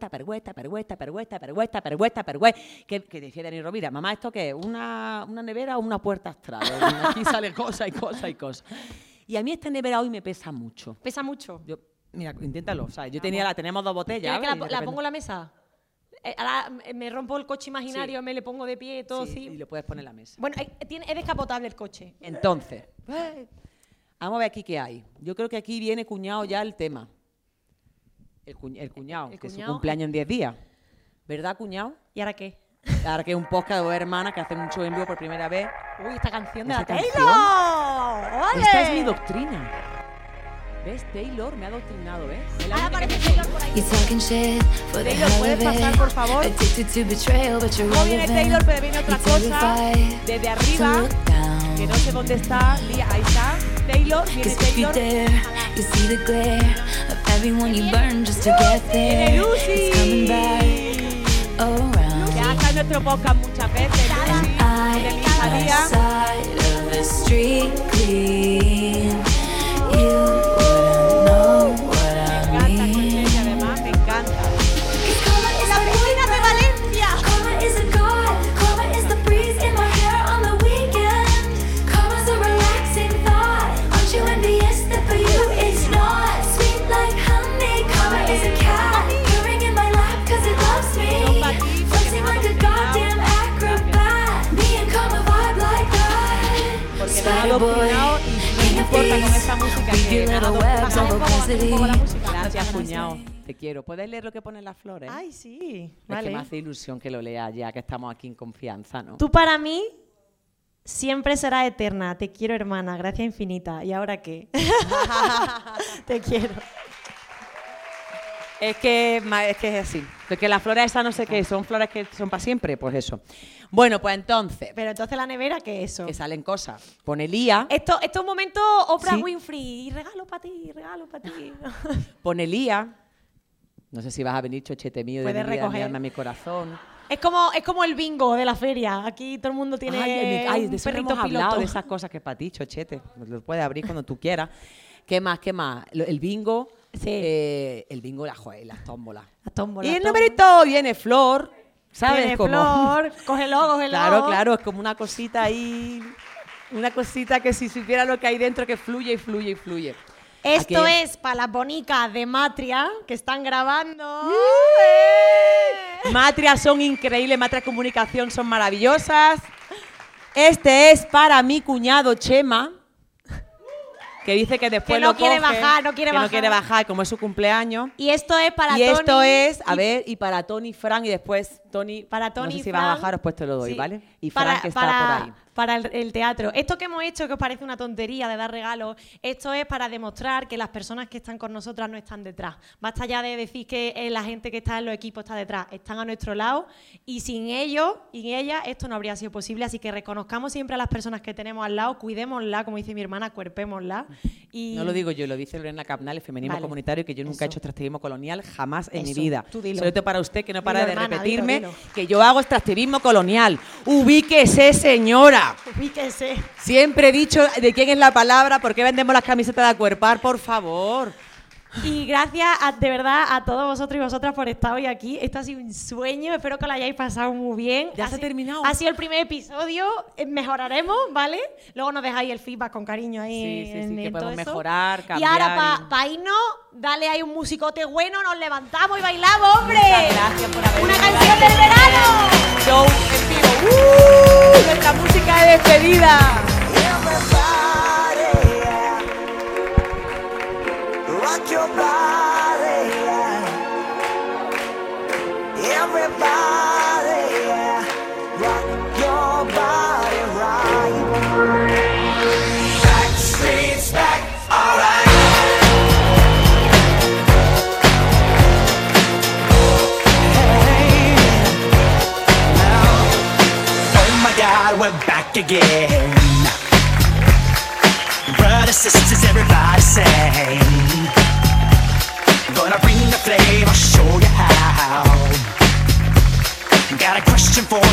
que decía Dani Rovira, mamá, ¿esto qué es? ¿Una nevera o una puerta astral? Aquí sale cosas. Y a mí esta nevera hoy me pesa mucho. Pesa mucho. Yo, mira, inténtalo, ¿sabes? Yo tenemos dos botellas. ¿Quieres que ¿sabes? la pongo en la mesa? Ahora me rompo el coche imaginario, Sí. me le pongo de pie, todo Sí, así. y lo puedes poner en la mesa. Bueno, es descapotable el coche. Entonces, vamos a ver aquí qué hay. Yo creo que aquí viene cuñado ya el tema. El cuñado, El que es su cuñado. cumpleaños en 10 días. ¿Verdad, cuñado? ¿Y ahora qué? Ahora que es un podcast de dos hermanas que hacen mucho en vivo por primera vez. Uy, esta canción de ¿Esa la canción? Taylor. ¡Ole! Esta es mi doctrina. ¿Ves? Taylor me ha adoctrinado, ¿ves? Es la Ahora única que aparece me Taylor por ahí. You're talking shit for the Taylor, hell ¿puedes of pasar, it. por favor? Addicted to betrayal, but you're No viene Taylor, relevant. pero viene otra You're cosa. terrified Desde to arriba, look down. que no sé dónde está. Ahí está. Taylor, viene 'Cause if you Taylor. dare, you see the glare of everyone you burn just to get there. It's coming back around. Ya está en nuestro podcast muchas veces, Lucy. I De Lisa on the Díaz. side of the street clean. You wouldn't know what I Me encanta mean. Coachella, además, me encanta. ¡La piscina de Valencia! Karma is a god. Karma is the breeze in my hair on the weekend. Karma's a relaxing thought. Aren't you envious that for you it's not? Sweet like honey. Karma is a cat. Purring in my lap 'cause it loves me. Flexing like a goddamn acrobat. Me and karma vibe like that. Porque nos ha adoctrinado y no me importa con esa música que me ha adoctrinado. Un poco la música. Gracias, cuñado. Te quiero. ¿Puedes leer lo que ponen las flores? Ay, sí. Es que Vale. me hace ilusión que lo leas ya, que estamos aquí en confianza, ¿no? Tú para mí siempre serás eterna. Te quiero, hermana. Gracias infinita. ¿Y ahora qué? Te quiero. Es que es así. Porque las flores esas no sé qué, son flores que son para siempre, pues eso. Bueno, pues entonces, Pero entonces la nevera, ¿qué es eso? que salen cosas. Pone Lía, Esto es un momento Oprah Sí. Winfrey. Regalo para ti, regalo para ti. pone Lía. No sé si vas a venir, chochete mío, de Puedes mi vida, mi recoger. alma, mi corazón. Es como el bingo de la feria. Aquí todo el mundo tiene Ay, un de eso no perrito hemos hablado, piloto. de esas cosas que para ti, chochete. Lo puedes abrir cuando tú quieras. ¿Qué más? El bingo. Sí. El bingo, las tómbolas. La tómbola, Y el tómbola. numerito viene flor, ¿sabes? Tiene Como- flor. Cógelo. Claro, es como una cosita ahí, una cosita que si supiera lo que hay dentro que fluye y fluye y fluye. Esto Aquí- es para las bonicas de Matria que están grabando. Matrias son increíbles, Matrias Comunicación son maravillosas. Este es para mi cuñado Chema, que dice que después Que no lo quiere coge, bajar, no quiere que no bajar. quiere bajar, como es su cumpleaños. Y esto es para Y Tony. esto es, a ver, y para Tony Fran y después Tony, Para Tony no sé si Fran. vas a bajar, después te lo doy, Sí. ¿vale? Y Fran que está por ahí. Para el teatro. Esto que hemos hecho, que os parece una tontería de dar regalos, esto es para demostrar que las personas que están con nosotras no están detrás. Basta ya de decir que la gente que está en los equipos está detrás. Están a nuestro lado y sin ellos y ellas esto no habría sido posible. Así que reconozcamos siempre a las personas que tenemos al lado, cuidémosla, como dice mi hermana, cuerpémosla. Y No lo digo yo, lo dice Lorena Capnal, el feminismo Vale. comunitario, que yo nunca he Eso. hecho extractivismo colonial jamás en mi Eso, vida. tú dilo. Sobre todo para usted, que no para Dilo, de hermana, repetirme dilo. que yo hago extractivismo colonial. Ubíquese, señora. ubíquese. Siempre he dicho de quién es la palabra, por qué vendemos las camisetas de acuerpar, por favor. Y gracias de verdad a todos vosotros y vosotras por estar hoy aquí. Esto ha sido un sueño, espero que lo hayáis pasado muy bien. Ya se ha terminado. Ha sido el primer episodio, mejoraremos, ¿vale? Luego nos dejáis el feedback con cariño ahí. Sí, sí, en, que en todo podemos eso. mejorar, Y cambiar. ahora, para irnos, dale ahí un musicote bueno, nos levantamos y bailamos, hombre. Muchas gracias por haber Una venido. canción del verano. Show en vivo. Nuestra música de despedida. Everybody, yeah. Rock your body, yeah. Everybody, yeah. Rock your body right. Backstreet's back, alright. Hey, now, oh my God, we're back again. Brothers, sisters, everybody sing. Gonna bring the flame, I'll show you how. Got a question for